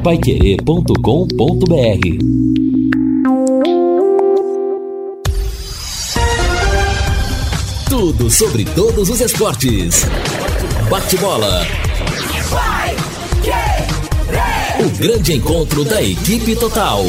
paiquerê.com.br. Tudo sobre todos os esportes. Bate-bola. O grande encontro da equipe total.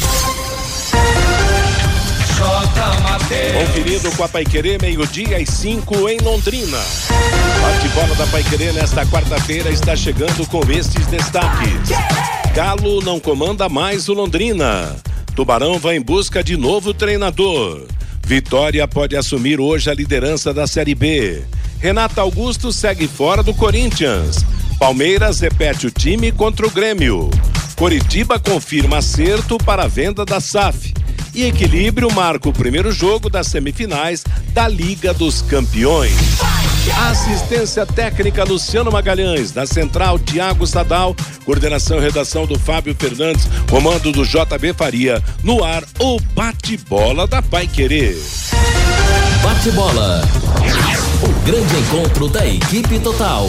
Conferido com a Paiquerê, 12:05 em Londrina. Bate-bola da Paiquerê nesta quarta-feira está chegando com estes destaques. Galo não comanda mais o Londrina. Tubarão vai em busca de novo treinador. Vitória pode assumir hoje a liderança da Série B. Renato Augusto segue fora do Corinthians. Palmeiras repete o time contra o Grêmio. Coritiba confirma acerto para a venda da SAF. E Equilíbrio marca o primeiro jogo das semifinais da Liga dos Campeões. Assistência técnica Luciano Magalhães, da Central Thiago Sadal, coordenação e redação do Fábio Fernandes, comando do JB Faria. No ar, o bate-bola da Paiquerê. Bate-bola. O grande encontro da equipe total.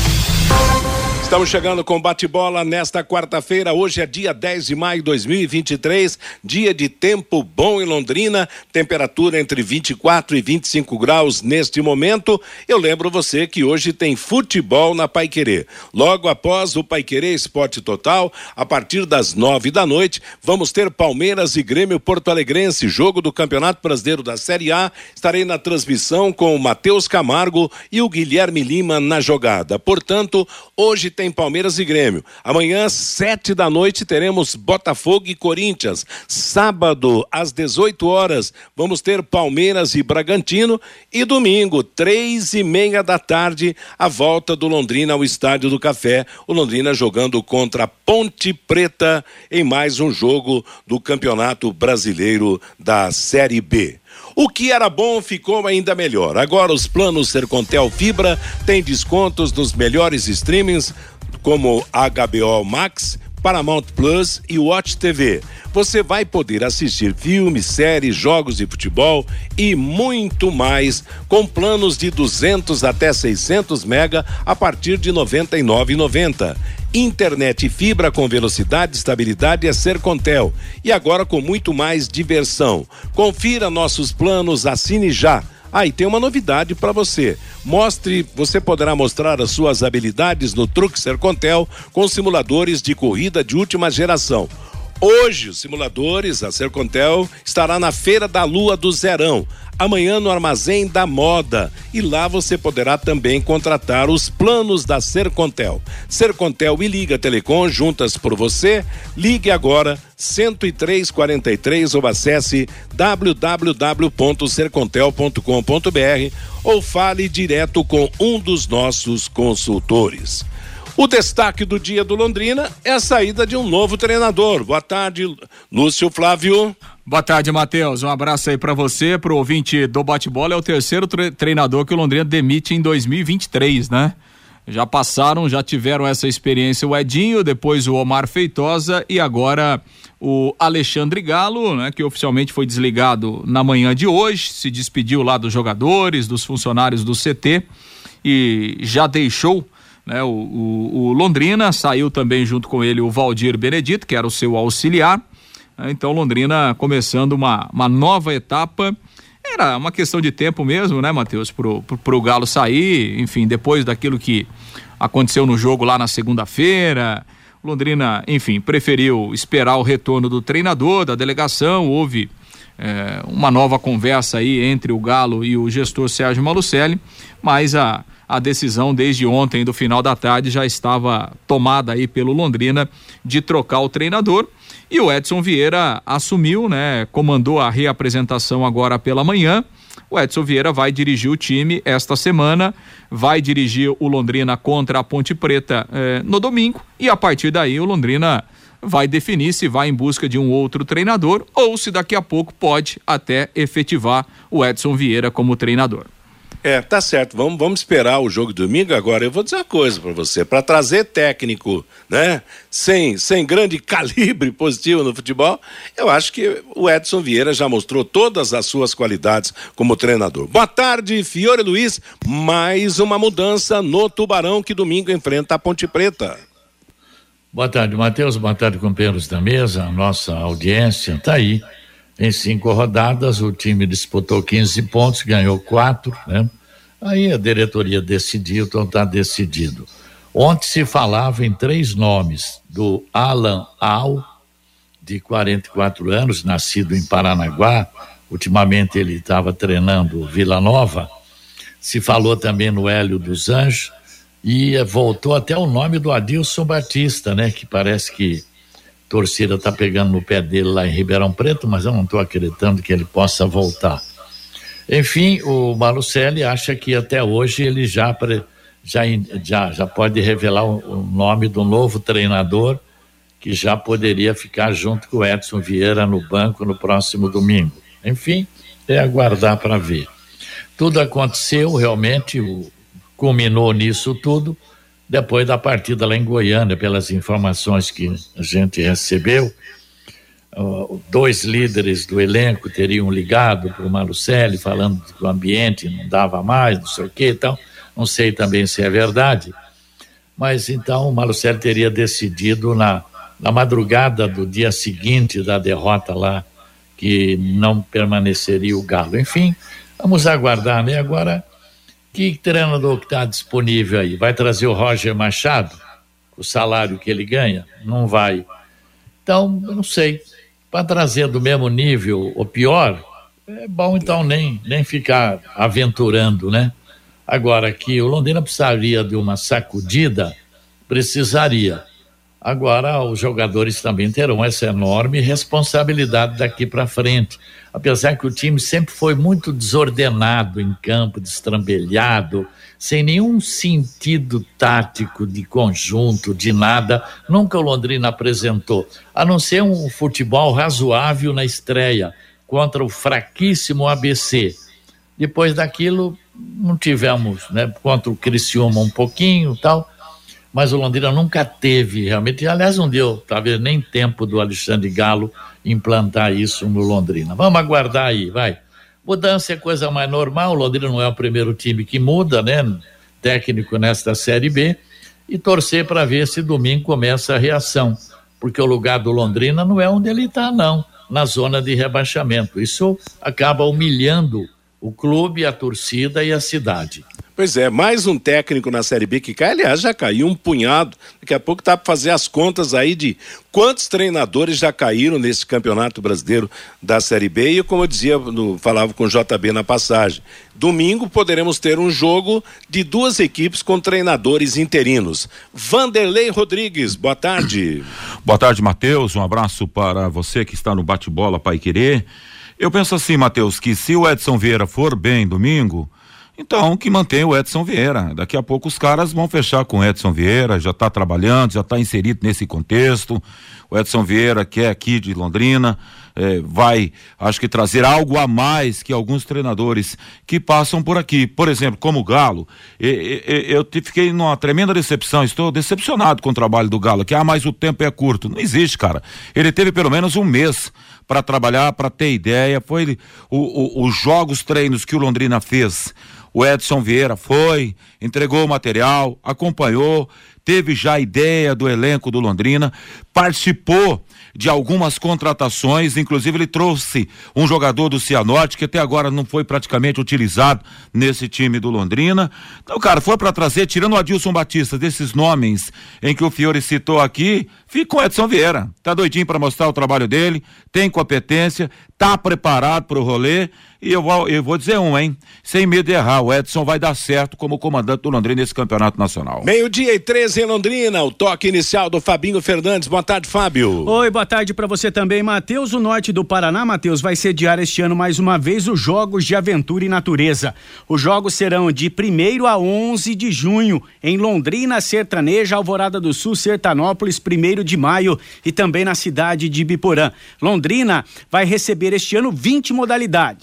Estamos chegando com bate-bola nesta quarta-feira. Hoje é dia 10 de maio de 2023, dia de tempo bom em Londrina, temperatura entre 24 e 25 graus neste momento. Eu lembro você que hoje tem futebol na Paiquerê. Logo após o Paiquerê Esporte Total, a partir das 9 da noite, vamos ter Palmeiras e Grêmio Porto Alegrense, jogo do Campeonato Brasileiro da Série A. Estarei na transmissão com o Matheus Camargo e o Guilherme Lima na jogada. Portanto, hoje tem Palmeiras e Grêmio. Amanhã, 7 da noite, teremos Botafogo e Corinthians. Sábado, às 18 horas, vamos ter Palmeiras e Bragantino. E domingo, 3:30 da tarde, a volta do Londrina ao Estádio do Café. O Londrina jogando contra a Ponte Preta em mais um jogo do Campeonato Brasileiro da Série B. O que era bom ficou ainda melhor. Agora os planos Sercontel Fibra têm descontos nos melhores streamings como HBO Max, Paramount Plus e Watch TV. Você vai poder assistir filmes, séries, jogos de futebol e muito mais com planos de 200 até 600 mega a partir de R$ 99,90. Internet fibra com velocidade e estabilidade é Sercontel. E agora com muito mais diversão. Confira nossos planos, assine já. E tem uma novidade para você. Você poderá mostrar as suas habilidades no Truque Sercontel com simuladores de corrida de última geração. Hoje, os simuladores, a Sercontel estará na Feira da Lua do Zerão. Amanhã no Armazém da Moda. E lá você poderá também contratar os planos da Sercontel. Sercontel e Liga Telecom juntas por você. Ligue agora 10343 ou acesse www.sercontel.com.br ou fale direto com um dos nossos consultores. O destaque do dia do Londrina é a saída de um novo treinador. Boa tarde, Lúcio Flávio. Boa tarde, Matheus. Um abraço aí pra você, pro ouvinte do bate-bola. É o terceiro treinador que o Londrina demite em 2023, né? Já tiveram essa experiência o Edinho, depois o Omar Feitosa e agora o Alexandre Galo, né? Que oficialmente foi desligado na manhã de hoje, se despediu lá dos jogadores, dos funcionários do CT e já deixou, né, o Londrina. Saiu também junto com ele o Valdir Benedito, que era o seu auxiliar. Então Londrina começando uma nova etapa. Era uma questão de tempo mesmo, né, Matheus, pro Galo sair, enfim, depois daquilo que aconteceu no jogo lá na segunda-feira. Londrina, enfim, preferiu esperar o retorno do treinador, da delegação. Houve uma nova conversa aí entre o Galo e o gestor Sérgio Malucelli, mas a decisão desde ontem, do final da tarde, já estava tomada aí pelo Londrina de trocar o treinador. E o Edson Vieira assumiu, né? Comandou a reapresentação agora pela manhã. O Edson Vieira vai dirigir o time esta semana, vai dirigir o Londrina contra a Ponte Preta no domingo, e a partir daí o Londrina vai definir se vai em busca de um outro treinador ou se daqui a pouco pode até efetivar o Edson Vieira como treinador. Tá certo, vamos esperar o jogo de domingo. Agora eu vou dizer uma coisa para você, para trazer técnico, né, sem grande calibre positivo no futebol, eu acho que o Edson Vieira já mostrou todas as suas qualidades como treinador. Boa tarde, Fiore Luiz. Mais uma mudança no Tubarão, que domingo enfrenta a Ponte Preta. Boa tarde, Matheus. Boa tarde, companheiros da mesa. A nossa audiência está aí. Em 5 rodadas, o time disputou 15 pontos, ganhou 4, né? Aí a diretoria decidiu, então está decidido. Ontem se falava em 3 nomes, do Alan Al, de 44 anos, nascido em Paranaguá. Ultimamente ele estava treinando Vila Nova. Se falou também no Hélio dos Anjos e voltou até o nome do Adilson Batista, né? Que parece que a torcida está pegando no pé dele lá em Ribeirão Preto, mas eu não estou acreditando que ele possa voltar. Enfim, o Malucelli acha que até hoje ele já pode revelar o nome do novo treinador, que já poderia ficar junto com o Edson Vieira no banco no próximo domingo. Enfim, é aguardar para ver. Tudo aconteceu realmente, culminou nisso tudo depois da partida lá em Goiânia, pelas informações que a gente recebeu. 2 líderes do elenco teriam ligado para o Malucelli falando que o ambiente não dava mais, não sei o que e tal. Não sei também se é verdade, mas então o Malucelli teria decidido na madrugada do dia seguinte da derrota lá que não permaneceria o Galo. Enfim, vamos aguardar, né? Agora, que treinador que está disponível aí? Vai trazer o Roger Machado? O salário que ele ganha? Não vai. Então, eu não sei. Para trazer do mesmo nível ou pior, é bom então nem ficar aventurando, né? Agora que o Londrina precisaria de uma sacudida, precisaria. Agora os jogadores também terão essa enorme responsabilidade daqui para frente. Apesar que o time sempre foi muito desordenado em campo, destrambelhado, sem nenhum sentido tático de conjunto, de nada, nunca o Londrina apresentou, a não ser um futebol razoável na estreia contra o fraquíssimo ABC. Depois daquilo não tivemos, né, contra o Criciúma um pouquinho e tal, mas o Londrina nunca teve realmente, aliás não deu talvez nem tempo do Alexandre Galo implantar isso no Londrina. Vamos aguardar aí, vai. Mudança é coisa mais normal, o Londrina não é o primeiro time que muda, né, técnico nesta Série B, e torcer para ver se domingo começa a reação, porque o lugar do Londrina não é onde ele está não, na zona de rebaixamento. Isso acaba humilhando o clube, a torcida e a cidade. Pois é, mais um técnico na Série B que cai, aliás, já caiu um punhado, daqui a pouco tá para fazer as contas aí de quantos treinadores já caíram nesse Campeonato Brasileiro da Série B, e como eu dizia, falava com o JB na passagem, domingo poderemos ter um jogo de 2 equipes com treinadores interinos. Vanderlei Rodrigues, boa tarde. Boa tarde, Matheus, um abraço para você que está no Bate-Bola Paiquerê. Eu penso assim, Matheus, que se o Edson Vieira for bem domingo, então que mantenha o Edson Vieira. Daqui a pouco os caras vão fechar com o Edson Vieira, já está trabalhando, já está inserido nesse contexto. O Edson Vieira, que é aqui de Londrina, vai, acho que trazer algo a mais que alguns treinadores que passam por aqui. Por exemplo, como o Galo, eu fiquei numa tremenda decepção, estou decepcionado com o trabalho do Galo, que mas o tempo é curto. Não existe, cara. Ele teve pelo menos um mês para trabalhar, para ter ideia. Foi os jogos, treinos que o Londrina fez. O Edson Vieira foi, entregou o material, acompanhou, teve já a ideia do elenco do Londrina, participou de algumas contratações, inclusive ele trouxe um jogador do Cianorte que até agora não foi praticamente utilizado nesse time do Londrina. Então, cara, foi para trazer, tirando o Adilson Batista, desses nomes em que o Fiore citou aqui, fica com o Edson Vieira. Tá doidinho para mostrar o trabalho dele, tem competência, tá preparado pro rolê, e eu vou dizer sem medo de errar, o Edson vai dar certo como comandante do Londrina nesse campeonato nacional. 12:13 em Londrina, o toque inicial do Fabinho Fernandes. Boa tarde, Fábio. Oi, boa tarde para você também, Matheus. O norte do Paraná, Matheus, vai sediar este ano mais uma vez os Jogos de Aventura e Natureza. Os jogos serão de 1º a 11 de junho, em Londrina, Sertaneja, Alvorada do Sul, Sertanópolis, 1º de maio e também na cidade de Ibiporã. Londrina vai receber este ano 20 modalidades.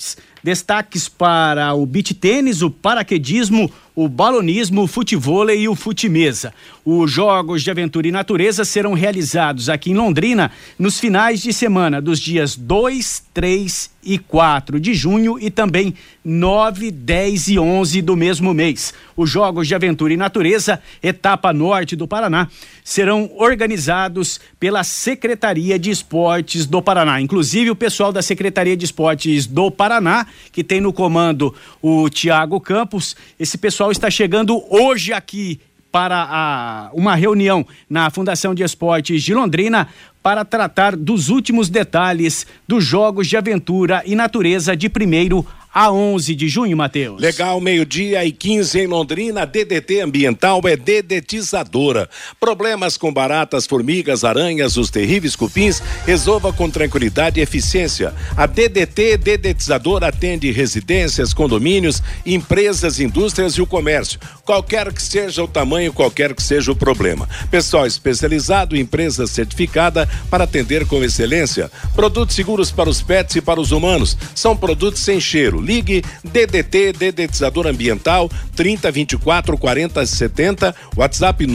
Destaques para o beach tênis, o paraquedismo, o balonismo, o futevôlei e o futemesa. Os Jogos de Aventura e Natureza serão realizados aqui em Londrina nos finais de semana dos dias 2, 3 e 4 de junho e também 9, 10 e 11 do mesmo mês. Os Jogos de Aventura e Natureza, etapa norte do Paraná, serão organizados pela Secretaria de Esportes do Paraná. Inclusive o pessoal da Secretaria de Esportes do Paraná, que tem no comando o Tiago Campos, esse pessoal está chegando hoje aqui para uma reunião na Fundação de Esportes de Londrina para tratar dos últimos detalhes dos Jogos de Aventura e Natureza de 1º a 11 de junho, Matheus. Legal, 12:15 em Londrina. A DDT Ambiental é dedetizadora. Problemas com baratas, formigas, aranhas, os terríveis cupins, resolva com tranquilidade e eficiência. A DDT Dedetizadora atende residências, condomínios, empresas, indústrias e o comércio. Qualquer que seja o tamanho, qualquer que seja o problema. Pessoal especializado, empresa certificada para atender com excelência. Produtos seguros para os pets e para os humanos. São produtos sem cheiro. Ligue DDT Dedetizador Ambiental 3024 40 70, WhatsApp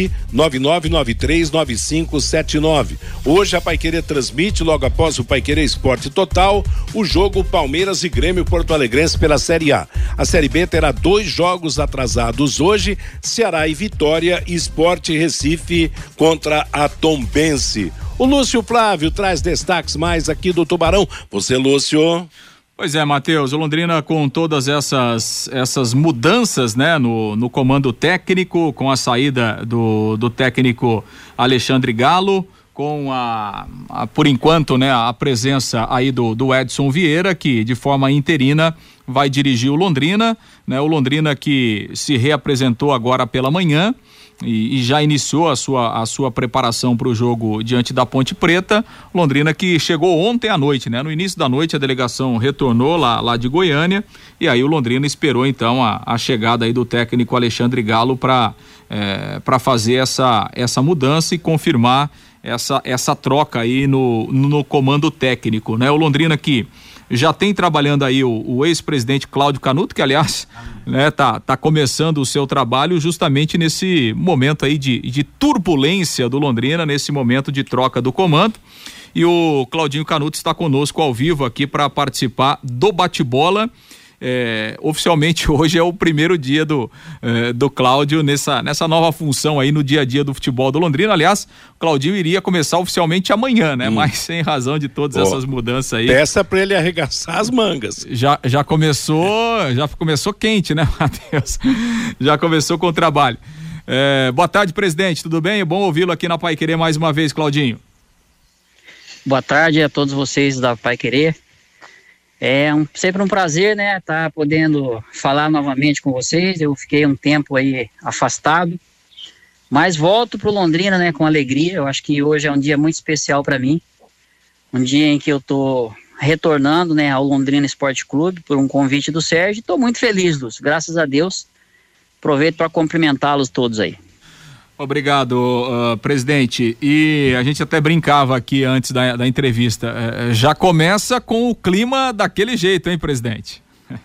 999939579. Hoje a Paiquerê transmite, logo após o Paiquerê Esporte Total, o jogo Palmeiras e Grêmio Porto Alegrense pela Série A. A Série B terá 2 jogos atrasados hoje, Ceará e Vitória, e Sport Recife contra a Tombense. O Lúcio Flávio traz destaques mais aqui do Tubarão. Você, Lúcio. Pois é, Matheus, o Londrina com todas essas mudanças, né, no comando técnico, com a saída do técnico Alexandre Galo, com por enquanto, né, a presença aí do Edson Vieira, que de forma interina vai dirigir o Londrina, né, o Londrina que se reapresentou agora pela manhã e já iniciou a sua preparação para o jogo diante da Ponte Preta. Londrina que chegou ontem à noite, né? No início da noite a delegação retornou lá de Goiânia e aí o Londrina esperou então a chegada aí do técnico Alexandre Galo para fazer essa mudança e confirmar essa troca aí no comando técnico, né? O Londrina que já tem trabalhando aí o ex-presidente Cláudio Canuto, que aliás, né, tá começando o seu trabalho justamente nesse momento aí de turbulência do Londrina, nesse momento de troca do comando. E o Claudinho Canuto está conosco ao vivo aqui para participar do bate-bola. Oficialmente hoje é o primeiro dia do Cláudio nessa nova função aí no dia a dia do futebol do Londrina. Aliás, o Claudinho iria começar oficialmente amanhã, né? Mas sem razão de todas essas mudanças aí. Peça para ele arregaçar as mangas. Já começou quente, né, Matheus? Já começou com o trabalho. Boa tarde, presidente, tudo bem? É bom ouvi-lo aqui na Paiquerê mais uma vez, Claudinho. Boa tarde a todos vocês da Paiquerê. Sempre um prazer, né, tá podendo falar novamente com vocês. Eu fiquei um tempo aí afastado, mas volto pro Londrina, né, com alegria. Eu acho que hoje é um dia muito especial para mim, um dia em que eu tô retornando, né, ao Londrina Esporte Clube por um convite do Sérgio. Tô muito feliz, Lúcio, graças a Deus. Aproveito para cumprimentá-los todos aí. Obrigado, presidente. E a gente até brincava aqui antes da entrevista. Já começa com o clima daquele jeito, hein, presidente?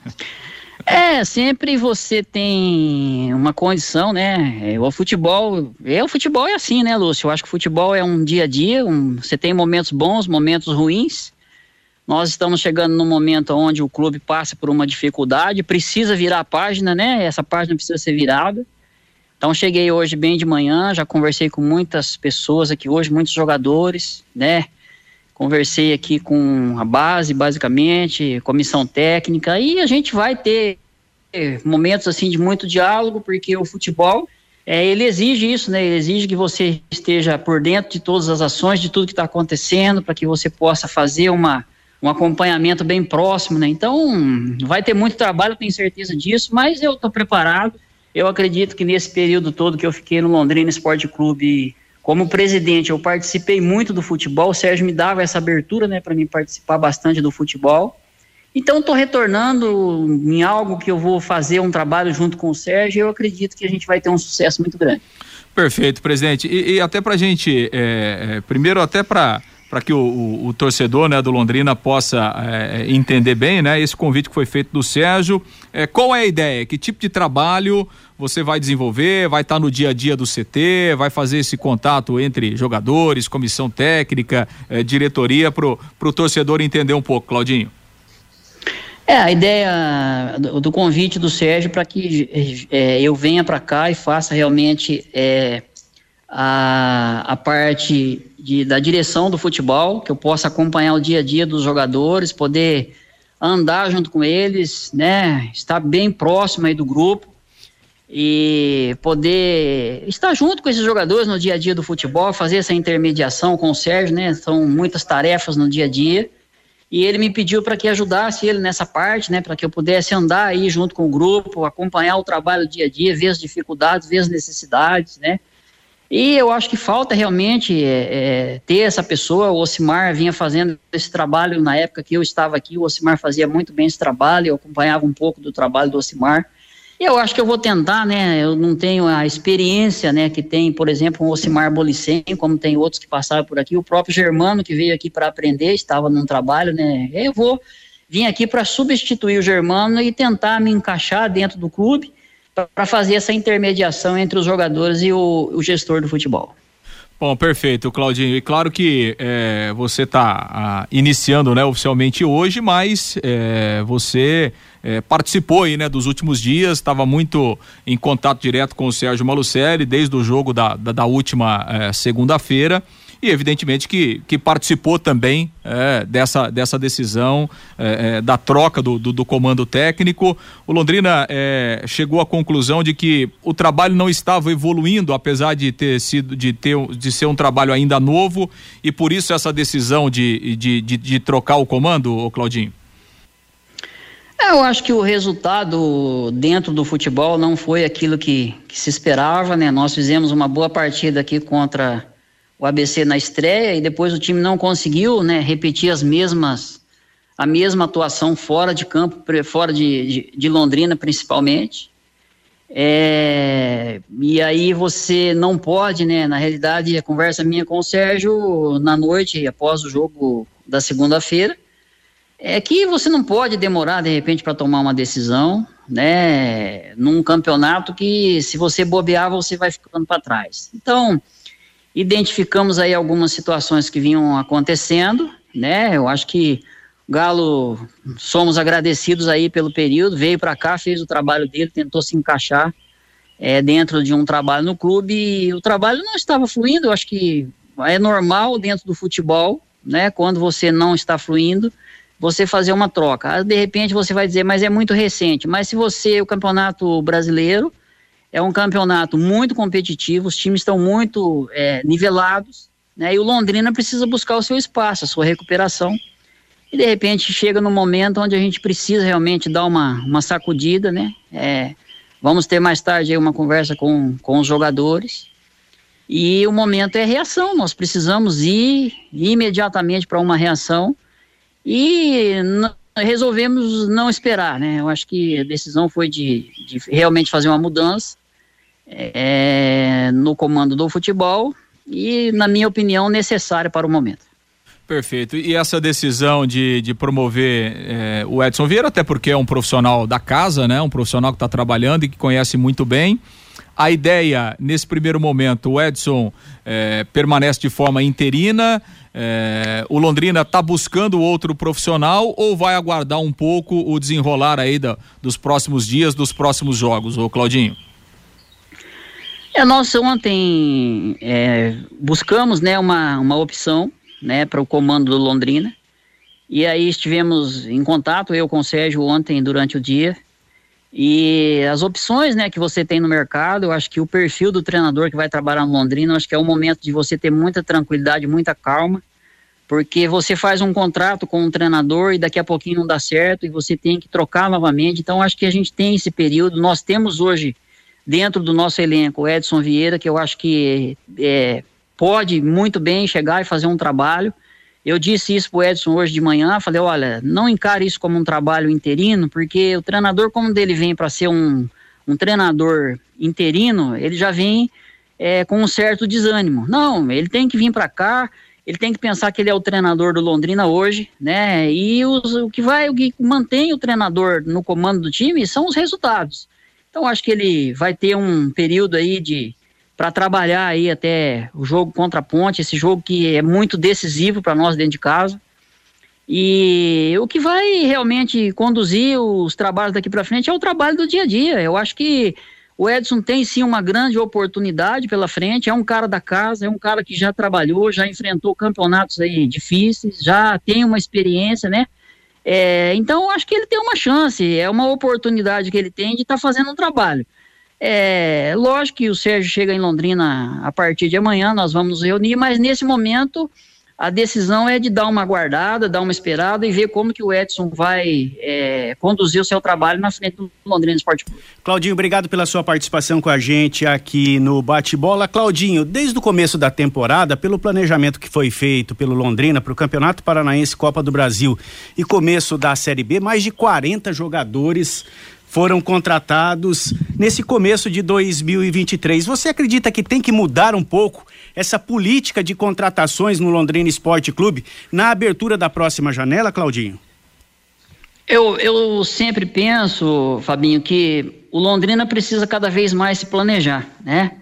Sempre você tem uma condição, né? O futebol é assim, né, Lúcio? Eu acho que o futebol é um dia a dia, você tem momentos bons, momentos ruins. Nós estamos chegando num momento onde o clube passa por uma dificuldade, precisa virar a página, né? Essa página precisa ser virada. Então cheguei hoje bem de manhã, já conversei com muitas pessoas aqui hoje, muitos jogadores, né? Conversei aqui com a base, basicamente, comissão técnica, e a gente vai ter momentos assim de muito diálogo, porque o futebol, ele exige isso, né? Ele exige que você esteja por dentro de todas as ações, de tudo que está acontecendo, para que você possa fazer um acompanhamento bem próximo, né? Então vai ter muito trabalho, eu tenho certeza disso, mas eu estou preparado. Eu acredito que nesse período todo que eu fiquei no Londrina Esporte Clube como presidente, eu participei muito do futebol. O Sérgio me dava essa abertura, né, para mim participar bastante do futebol. Então estou retornando em algo que eu vou fazer um trabalho junto com o Sérgio, e eu acredito que a gente vai ter um sucesso muito grande. Perfeito, presidente. E até para a gente, primeiro até para que o torcedor, né, do Londrina possa entender bem, né, esse convite que foi feito do Sérgio. Qual é a ideia? Que tipo de trabalho você vai desenvolver? Vai estar no dia a dia do CT? Vai fazer esse contato entre jogadores, comissão técnica, diretoria, pro torcedor entender um pouco, Claudinho? A ideia do convite do Sérgio para que eu venha para cá e faça realmente a parte da direção do futebol, que eu possa acompanhar o dia a dia dos jogadores, poder andar junto com eles, né, estar bem próximo aí do grupo e poder estar junto com esses jogadores no dia a dia do futebol, fazer essa intermediação com o Sérgio, né, são muitas tarefas no dia a dia. E ele me pediu para que ajudasse ele nessa parte, né, para que eu pudesse andar aí junto com o grupo, acompanhar o trabalho do dia a dia, ver as dificuldades, ver as necessidades, né. E eu acho que falta realmente ter essa pessoa. O Ocimar vinha fazendo esse trabalho na época que eu estava aqui, o Ocimar fazia muito bem esse trabalho, eu acompanhava um pouco do trabalho do Ocimar. E eu acho que eu vou tentar, né, eu não tenho a experiência, né, que tem, por exemplo, o Ocimar Bolicem, como tem outros que passaram por aqui, o próprio Germano que veio aqui para aprender, estava num trabalho, né, eu vou vir aqui para substituir o Germano e tentar me encaixar dentro do clube para fazer essa intermediação entre os jogadores e o gestor do futebol. Bom, perfeito, Claudinho. E claro que você está iniciando, né, oficialmente hoje, mas você participou aí, né, dos últimos dias, estava muito em contato direto com o Sérgio Malucelli desde o jogo da última segunda-feira. E evidentemente que participou também dessa decisão, da troca do comando técnico. O Londrina chegou à conclusão de que o trabalho não estava evoluindo, apesar de ser um trabalho ainda novo, e por isso essa decisão de trocar o comando, Claudinho? Eu acho que o resultado dentro do futebol não foi aquilo que se esperava, né? Nós fizemos uma boa partida aqui contra o ABC na estreia e depois o time não conseguiu, né, repetir a mesma atuação fora de campo, fora de Londrina principalmente. E aí você não pode, né, na realidade a conversa minha com o Sérgio na noite após o jogo da segunda-feira é que você não pode demorar de repente para tomar uma decisão, né, num campeonato que se você bobear você vai ficando para trás. Então identificamos aí algumas situações que vinham acontecendo, né? Eu acho que o Galo, somos agradecidos aí pelo período, veio para cá, fez o trabalho dele, tentou se encaixar dentro de um trabalho no clube e o trabalho não estava fluindo. Eu acho que é normal dentro do futebol, né? Quando você não está fluindo, você fazer uma troca. De repente você vai dizer, mas é muito recente. Mas se o Campeonato Brasileiro é um campeonato muito competitivo, os times estão muito nivelados, né? E o Londrina precisa buscar o seu espaço, a sua recuperação. E de repente chega no momento onde a gente precisa realmente dar uma sacudida, né? Vamos ter mais tarde aí uma conversa com os jogadores. E o momento é reação, nós precisamos ir imediatamente para uma reação e resolvemos não esperar, né? Eu acho que a decisão foi de realmente fazer uma mudança no comando do futebol e, na minha opinião, necessária para o momento. Perfeito. E essa decisão de promover o Edson Vieira, até porque é um profissional da casa, né? Um profissional que está trabalhando e que conhece muito bem. A ideia, nesse primeiro momento, o Edson permanece de forma interina, o Londrina está buscando outro profissional ou vai aguardar um pouco o desenrolar aí dos próximos dias, dos próximos jogos, ô Claudinho? Nós ontem buscamos, né, uma opção, né, para o comando do Londrina, e aí estivemos em contato, eu com o Sérgio ontem durante o dia, e as opções, né, que você tem no mercado, eu acho que o perfil do treinador que vai trabalhar no Londrina, eu acho que é o momento de você ter muita tranquilidade, muita calma, porque você faz um contrato com um treinador e daqui a pouquinho não dá certo e você tem que trocar novamente. Então acho que a gente tem esse período. Nós temos hoje dentro do nosso elenco o Edson Vieira, que eu acho que pode muito bem chegar e fazer um trabalho. Eu disse isso pro Edson hoje de manhã, falei, olha, não encare isso como um trabalho interino, porque o treinador, como ele vem para ser um treinador interino, ele já vem com um certo desânimo. Não, ele tem que vir para cá, ele tem que pensar que ele é o treinador do Londrina hoje, né? E o que mantém o treinador no comando do time são os resultados. Então, acho que ele vai ter um período aí para trabalhar aí até o jogo contra a Ponte, esse jogo que é muito decisivo para nós dentro de casa. E o que vai realmente conduzir os trabalhos daqui para frente é o trabalho do dia a dia. Eu acho que o Edson tem sim uma grande oportunidade pela frente, é um cara da casa, é um cara que já trabalhou, já enfrentou campeonatos aí difíceis, já tem uma experiência, né? Então, acho que ele tem uma chance, é uma oportunidade que ele tem de estar fazendo um trabalho. Lógico que o Sérgio chega em Londrina a partir de amanhã, nós vamos nos reunir, mas nesse momento a decisão é de dar uma guardada, dar uma esperada e ver como que o Edson vai conduzir o seu trabalho na frente do Londrina Esporte Clube. Claudinho, obrigado pela sua participação com a gente aqui no Bate-Bola. Claudinho, desde o começo da temporada, pelo planejamento que foi feito pelo Londrina para o Campeonato Paranaense Copa do Brasil e começo da Série B, mais de 40 jogadores foram contratados nesse começo de 2023. Você acredita que tem que mudar um pouco essa política de contratações no Londrina Esporte Clube na abertura da próxima janela, Claudinho? Eu sempre penso, Fabinho, que o Londrina precisa cada vez mais se planejar, né?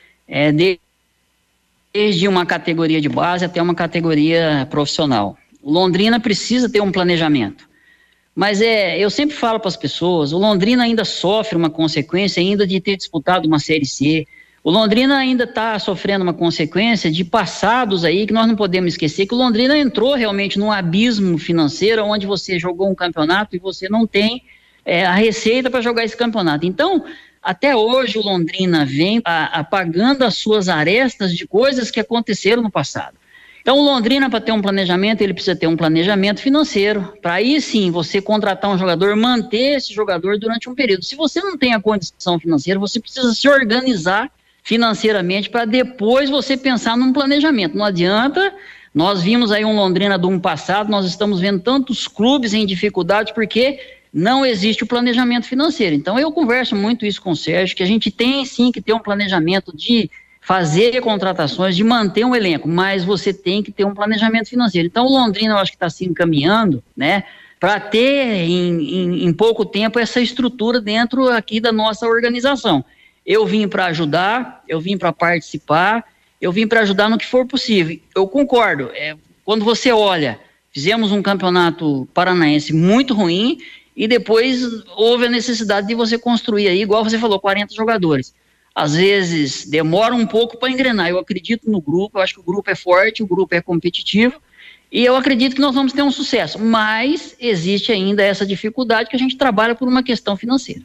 Desde uma categoria de base até uma categoria profissional. O Londrina precisa ter um planejamento. Mas eu sempre falo para as pessoas, o Londrina ainda sofre uma consequência ainda de ter disputado uma Série C. O Londrina ainda está sofrendo uma consequência de passados aí que nós não podemos esquecer, que o Londrina entrou realmente num abismo financeiro onde você jogou um campeonato e você não tem a receita para jogar esse campeonato. Então, até hoje o Londrina vem apagando as suas arestas de coisas que aconteceram no passado. Então, o Londrina, para ter um planejamento, ele precisa ter um planejamento financeiro, para aí sim você contratar um jogador, manter esse jogador durante um período. Se você não tem a condição financeira, você precisa se organizar financeiramente para depois você pensar num planejamento. Não adianta, nós vimos aí um Londrina do ano passado, nós estamos vendo tantos clubes em dificuldade porque não existe o planejamento financeiro. Então, eu converso muito isso com o Sérgio, que a gente tem sim que ter um planejamento de fazer contratações, de manter um elenco, mas você tem que ter um planejamento financeiro. Então, o Londrina, eu acho que está se encaminhando, né, para ter em pouco tempo essa estrutura dentro aqui da nossa organização. Eu vim para ajudar, eu vim para participar, eu vim para ajudar no que for possível. Eu concordo, quando você olha, fizemos um campeonato paranaense muito ruim e depois houve a necessidade de você construir aí, igual você falou, 40 jogadores. Às vezes demora um pouco para engrenar. Eu acredito no grupo, eu acho que o grupo é forte, o grupo é competitivo e eu acredito que nós vamos ter um sucesso, mas existe ainda essa dificuldade que a gente trabalha por uma questão financeira.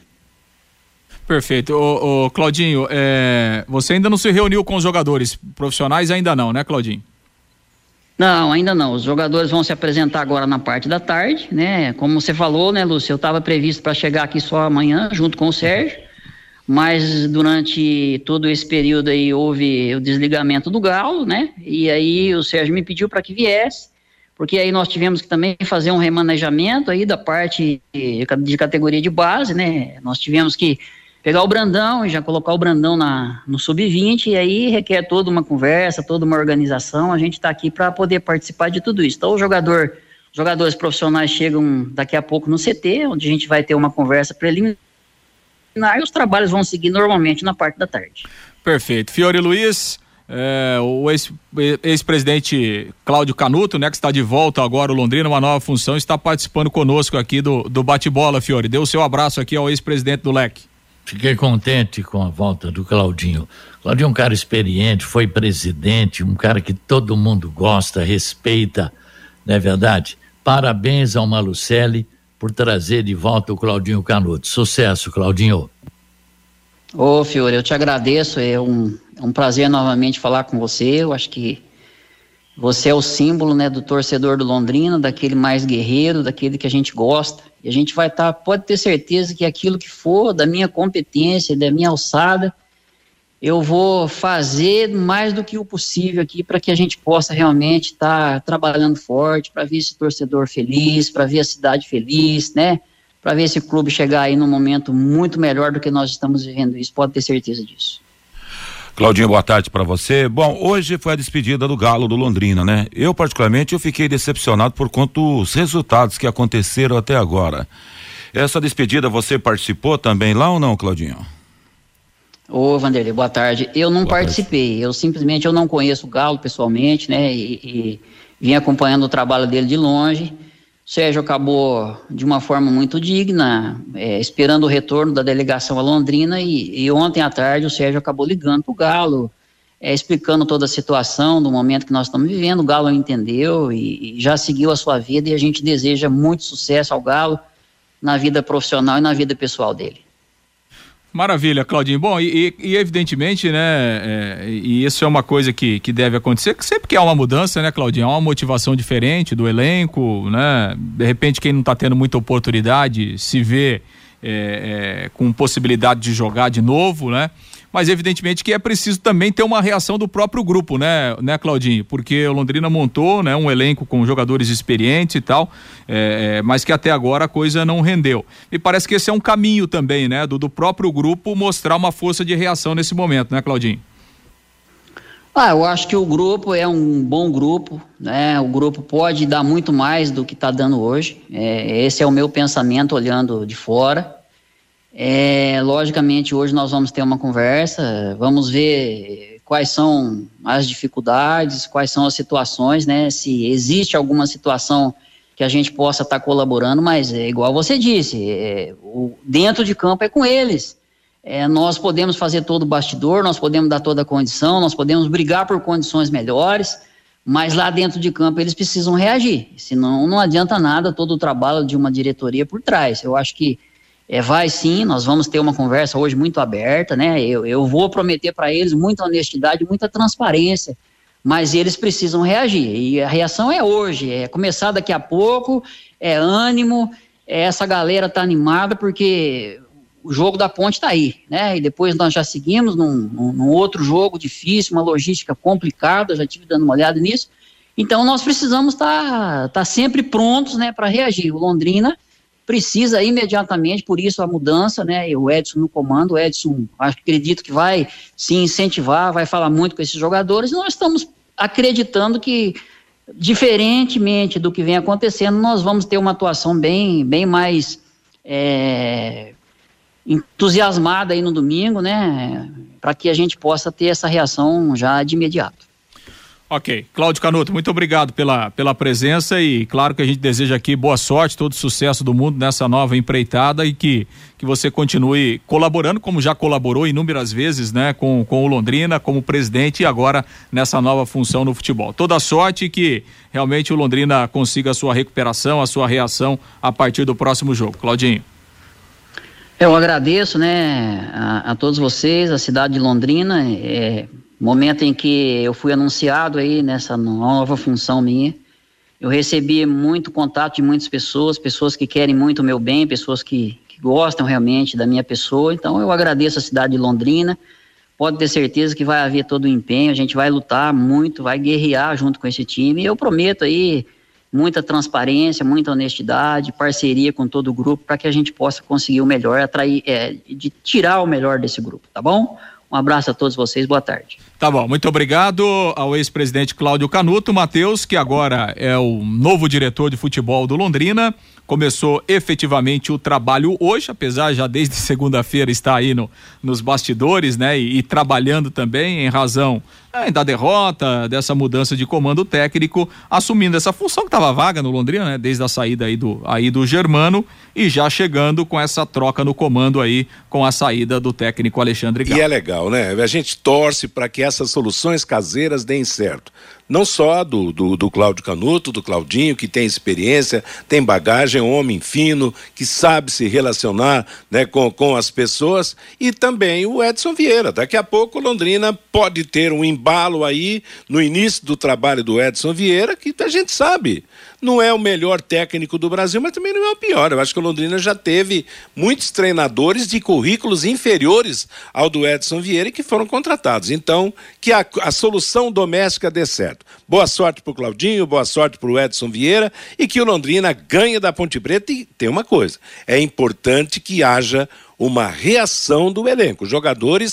Perfeito. Claudinho, você ainda não se reuniu com os jogadores profissionais? Ainda não, né, Claudinho? Não, ainda não. Os jogadores vão se apresentar agora na parte da tarde, né? Como você falou, né, Lúcio? Eu estava previsto para chegar aqui só amanhã, junto com o Sérgio. Mas durante todo esse período aí houve o desligamento do Galo, né? E aí o Sérgio me pediu para que viesse, porque aí nós tivemos que também fazer um remanejamento aí da parte de categoria de base, né? Nós tivemos que pegar o Brandão e já colocar o Brandão no sub-20, e aí requer toda uma conversa, toda uma organização. A gente está aqui para poder participar de tudo isso. Então os jogadores profissionais chegam daqui a pouco no CT, onde a gente vai ter uma conversa preliminar, e os trabalhos vão seguir normalmente na parte da tarde. Perfeito. Fiore Luiz, o ex-presidente Cláudio Canuto, né, que está de volta agora ao Londrina, uma nova função, está participando conosco aqui do Bate-Bola. Fiore, dê o seu abraço aqui ao ex-presidente do LEC. Fiquei contente com a volta do Claudinho. Claudinho é um cara experiente, foi presidente, um cara que todo mundo gosta, respeita, não é verdade? Parabéns ao Malucelli por trazer de volta o Claudinho Canuto. Sucesso, Claudinho. Ô, Fiore, eu te agradeço, é um prazer novamente falar com você. Eu acho que você é o símbolo, né, do torcedor do Londrina, daquele mais guerreiro, daquele que a gente gosta, e a gente vai estar, pode ter certeza que aquilo que for da minha competência, da minha alçada, eu vou fazer mais do que o possível aqui para que a gente possa realmente estar trabalhando forte, para ver esse torcedor feliz, para ver a cidade feliz, né? Para ver esse clube chegar aí num momento muito melhor do que nós estamos vivendo isso, pode ter certeza disso. Claudinho, boa tarde para você. Bom, hoje foi a despedida do Galo do Londrina, né? Eu particularmente fiquei decepcionado por conta dos resultados que aconteceram até agora. Essa despedida você participou também lá ou não, Claudinho? Ô, Vanderlei, boa tarde. Eu não participei, eu não conheço o Galo pessoalmente, né? E vim acompanhando o trabalho dele de longe. O Sérgio acabou de uma forma muito digna, esperando o retorno da delegação a Londrina, e ontem à tarde o Sérgio acabou ligando para o Galo, explicando toda a situação do momento que nós estamos vivendo. O Galo entendeu e já seguiu a sua vida, e a gente deseja muito sucesso ao Galo na vida profissional e na vida pessoal dele. Maravilha, Claudinho. Bom, e evidentemente, né, e isso é uma coisa que deve acontecer, que sempre que há uma mudança, né, Claudinho, há uma motivação diferente do elenco, né, de repente quem não está tendo muita oportunidade se vê com possibilidade de jogar de novo, né, mas evidentemente que é preciso também ter uma reação do próprio grupo, né, Claudinho, porque o Londrina montou, né, um elenco com jogadores experientes e tal, mas que até agora a coisa não rendeu. Me parece que esse é um caminho também, né, do próprio grupo mostrar uma força de reação nesse momento, né, Claudinho? Eu acho que o grupo é um bom grupo, né, o grupo pode dar muito mais do que está dando hoje, esse é o meu pensamento olhando de fora. Logicamente hoje nós vamos ter uma conversa, vamos ver quais são as dificuldades, quais são as situações, né, se existe alguma situação que a gente possa estar colaborando, mas igual você disse, dentro de campo é com eles, nós podemos fazer todo o bastidor, nós podemos dar toda a condição, nós podemos brigar por condições melhores, mas lá dentro de campo eles precisam reagir, senão não adianta nada todo o trabalho de uma diretoria por trás. Eu acho que vai sim, nós vamos ter uma conversa hoje muito aberta, né? Eu vou prometer para eles muita honestidade, muita transparência, mas eles precisam reagir, e a reação é hoje, começar daqui a pouco, ânimo, essa galera tá animada porque o jogo da Ponte está aí, né? E depois nós já seguimos num outro jogo difícil, uma logística complicada, já tive dando uma olhada nisso, então nós precisamos tá sempre prontos, né, para reagir. O Londrina precisa imediatamente, por isso a mudança, né, e o Edson no comando. O Edson, acredito que vai se incentivar, vai falar muito com esses jogadores, e nós estamos acreditando que, diferentemente do que vem acontecendo, nós vamos ter uma atuação bem mais entusiasmada aí no domingo, né, para que a gente possa ter essa reação já de imediato. Ok, Cláudio Canuto, muito obrigado pela presença, e claro que a gente deseja aqui boa sorte, todo sucesso do mundo nessa nova empreitada, e que você continue colaborando, como já colaborou inúmeras vezes, né, com o Londrina como presidente, e agora nessa nova função no futebol. Toda sorte, e que realmente o Londrina consiga a sua recuperação, a sua reação a partir do próximo jogo. Claudinho. Eu agradeço, né, a todos vocês, a cidade de Londrina, momento em que eu fui anunciado aí nessa nova função minha, eu recebi muito contato de muitas pessoas que querem muito o meu bem, pessoas que gostam realmente da minha pessoa. Então eu agradeço a cidade de Londrina, pode ter certeza que vai haver todo o empenho, a gente vai lutar muito, vai guerrear junto com esse time, e eu prometo aí muita transparência, muita honestidade, parceria com todo o grupo, para que a gente possa conseguir o melhor, de tirar o melhor desse grupo, tá bom? Um abraço a todos vocês, boa tarde. Tá bom, muito obrigado ao ex-presidente Cláudio Canuto. Matheus, que agora é o novo diretor de futebol do Londrina, começou efetivamente o trabalho hoje, apesar já desde segunda-feira estar aí nos bastidores, né, e trabalhando também em razão da derrota, dessa mudança de comando técnico, assumindo essa função que estava vaga no Londrina, né, desde a saída aí do Germano, e já chegando com essa troca no comando aí, com a saída do técnico Alexandre Galo. E é legal, né? A gente torce para que essas soluções caseiras deem certo. Não só do Cláudio Canuto, do Claudinho, que tem experiência, tem bagagem, um homem fino, que sabe se relacionar, né, com as pessoas, e também o Edson Vieira. Daqui a pouco o Londrina pode ter um embalo aí no início do trabalho do Edson Vieira, que a gente sabe, não é o melhor técnico do Brasil, mas também não é o pior. Eu acho que o Londrina já teve muitos treinadores de currículos inferiores ao do Edson Vieira e que foram contratados. Então, que a solução doméstica dê certo. Boa sorte pro Claudinho, boa sorte pro Edson Vieira, e que o Londrina ganhe da Ponte Preta. E tem uma coisa, é importante que haja uma reação do elenco. Os jogadores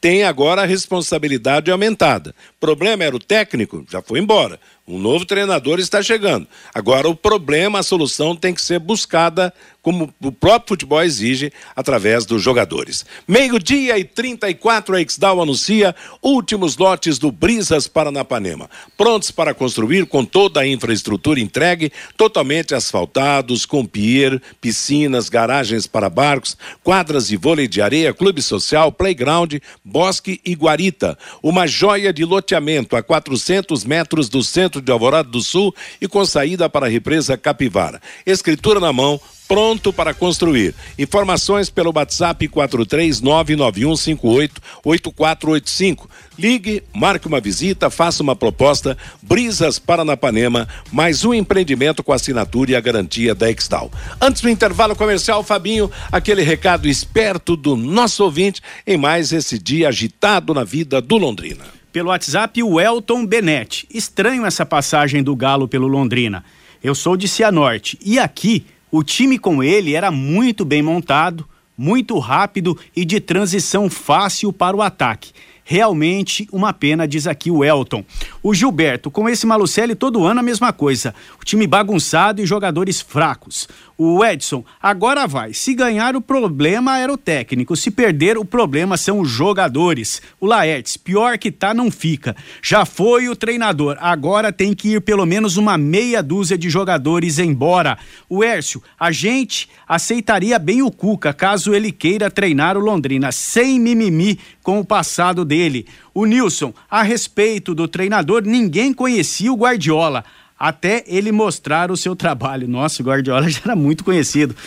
tem agora a responsabilidade aumentada. O problema era o técnico, já foi embora. Um novo treinador está chegando. Agora o problema, a solução tem que ser buscada, como o próprio futebol exige, através dos jogadores. 12:34, a XDAO anuncia últimos lotes do Brisas Paranapanema. Prontos para construir com toda a infraestrutura entregue, totalmente asfaltados, com pier, piscinas, garagens para barcos, quadras de vôlei de areia, clube social, playground, bosque e guarita. Uma joia de loteamento a 400 metros do centro de Alvorada do Sul e com saída para a represa Capivara. Escritura na mão, pronto para construir. Informações pelo WhatsApp 43991588485. Ligue, marque uma visita, faça uma proposta. Brisas Paranapanema, mais um empreendimento com assinatura e a garantia da XDAO. Antes do intervalo comercial, Fabinho, aquele recado esperto do nosso ouvinte em mais esse dia agitado na vida do Londrina. Pelo WhatsApp, o Elton Benetti. Estranho essa passagem do Galo pelo Londrina. Eu sou de Cianorte e aqui o time com ele era muito bem montado, muito rápido e de transição fácil para o ataque. Realmente uma pena, diz aqui o Elton. O Gilberto, com esse Malucelli todo ano a mesma coisa. O time bagunçado e jogadores fracos. O Edson, agora vai. Se ganhar, o problema era o técnico. Se perder, o problema são os jogadores. O Laertes, pior que tá, não fica. Já foi o treinador. Agora tem que ir pelo menos uma meia dúzia de jogadores embora. O Hércio, a gente aceitaria bem o Cuca, caso ele queira treinar o Londrina, sem mimimi com o passado dele. O Nilson, a respeito do treinador, ninguém conhecia o Guardiola, até ele mostrar o seu trabalho. Nossa, o Guardiola já era muito conhecido.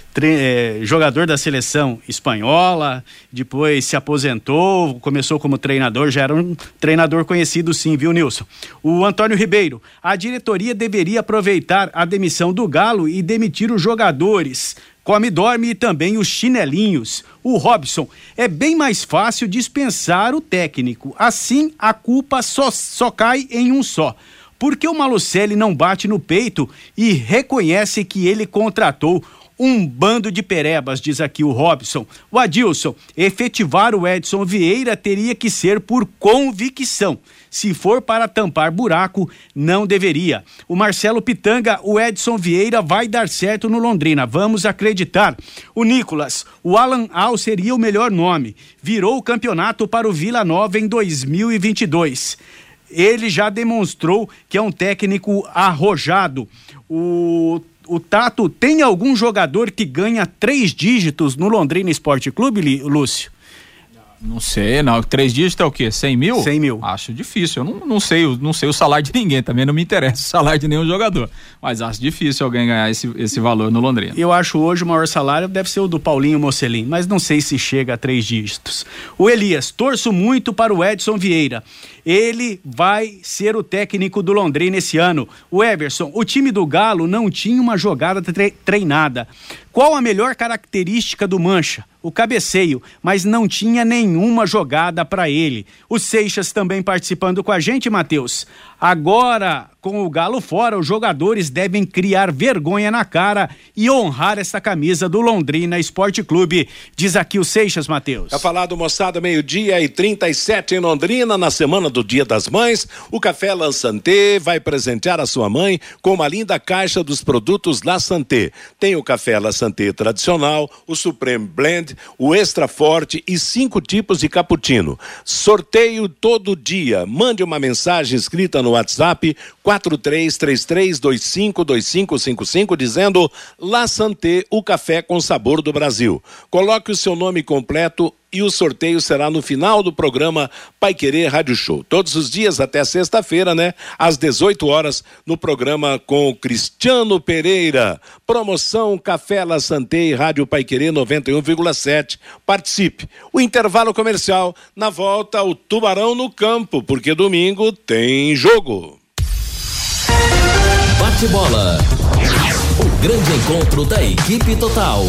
Jogador da seleção espanhola, depois se aposentou, começou como treinador, já era um treinador conhecido sim, viu, Nilson? O Antônio Ribeiro, a diretoria deveria aproveitar a demissão do Galo e demitir os jogadores. Come, dorme e também os chinelinhos. O Robson, é bem mais fácil dispensar o técnico, assim a culpa só cai em um só. Porque o Malucelli não bate no peito e reconhece que ele contratou um bando de perebas, diz aqui o Robson. O Adilson, efetivar o Edson Vieira teria que ser por convicção. Se for para tampar buraco, não deveria. O Marcelo Pitanga, o Edson Vieira vai dar certo no Londrina, vamos acreditar. O Nicolas, o Alan Al seria o melhor nome. Virou o campeonato para o Vila Nova em 2022. Ele já demonstrou que é um técnico arrojado. O Tato, tem algum jogador que ganha 3 dígitos no Londrina Esporte Clube, Lúcio? Não sei, não. 3 dígitos é o quê? 100 mil? 100 mil. Acho difícil. Eu não sei o salário de ninguém. Também não me interessa o salário de nenhum jogador. Mas acho difícil alguém ganhar esse valor no Londrina. Eu acho hoje o maior salário deve ser o do Paulinho Mocelin, mas não sei se chega a 3 dígitos. O Elias, torço muito para o Edson Vieira. Ele vai ser o técnico do Londrina esse ano. O Everson, o time do Galo não tinha uma jogada treinada. Qual a melhor característica do Mancha? O cabeceio, mas não tinha nenhuma jogada para ele. O Seixas também participando com a gente, Matheus. Agora, com o Galo fora, os jogadores devem criar vergonha na cara e honrar essa camisa do Londrina Esporte Clube. Diz aqui o Seixas, Matheus. Tá falado, moçada, 12:37 em Londrina, na semana do Dia das Mães. O Café La Santé vai presentear a sua mãe com uma linda caixa dos produtos La Santé. Tem o Café La Santé tradicional, o Supreme Blend, o Extra Forte e 5 tipos de cappuccino. Sorteio todo dia. Mande uma mensagem escrita no WhatsApp 4333252555 dizendo La Santé, o café com sabor do Brasil. Coloque o seu nome completo e o sorteio será no final do programa Paiquerê Rádio Show. Todos os dias até sexta-feira, né? Às 18 horas, no programa com o Cristiano Pereira. Promoção Café La Santé e Rádio Paiquerê 91,7. Participe. O intervalo comercial. Na volta, o Tubarão no campo, porque domingo tem jogo. Bate-bola. O grande encontro da equipe total.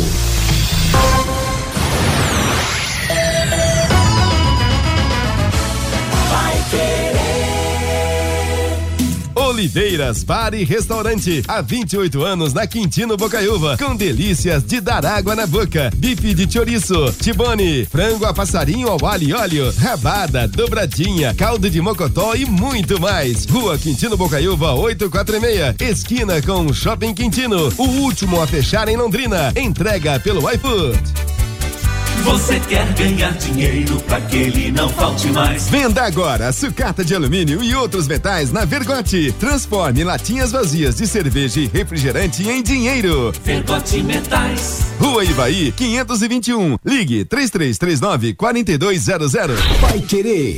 Oliveiras Bar e Restaurante, há 28 anos na Quintino Bocaiúva, com delícias de dar água na boca, bife de chouriço, tibone, frango a passarinho ao alho e óleo, rabada, dobradinha, caldo de mocotó e muito mais. Rua Quintino Bocaiúva 846, esquina com Shopping Quintino, o último a fechar em Londrina. Entrega pelo iFood. Você quer ganhar dinheiro pra que ele não falte mais? Venda agora sucata de alumínio e outros metais na Vergote. Transforme latinhas vazias de cerveja e refrigerante em dinheiro. Vergote Metais. Rua Ivaí, 521. Ligue 3339-4200. Vai Querer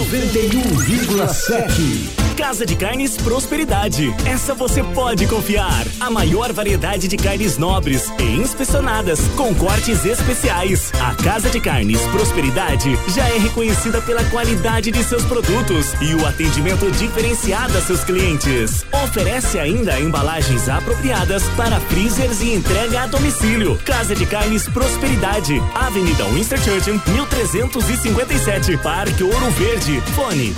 91,7. Casa de Carnes Prosperidade. Essa você pode confiar. A maior variedade de carnes nobres e inspecionadas, com cortes especiais. A Casa de Carnes Prosperidade já é reconhecida pela qualidade de seus produtos e o atendimento diferenciado a seus clientes. Oferece ainda embalagens apropriadas para freezers e entrega a domicílio. Casa de Carnes Prosperidade, Avenida Winston Churchill, 1357, Parque Ouro Verde. Fone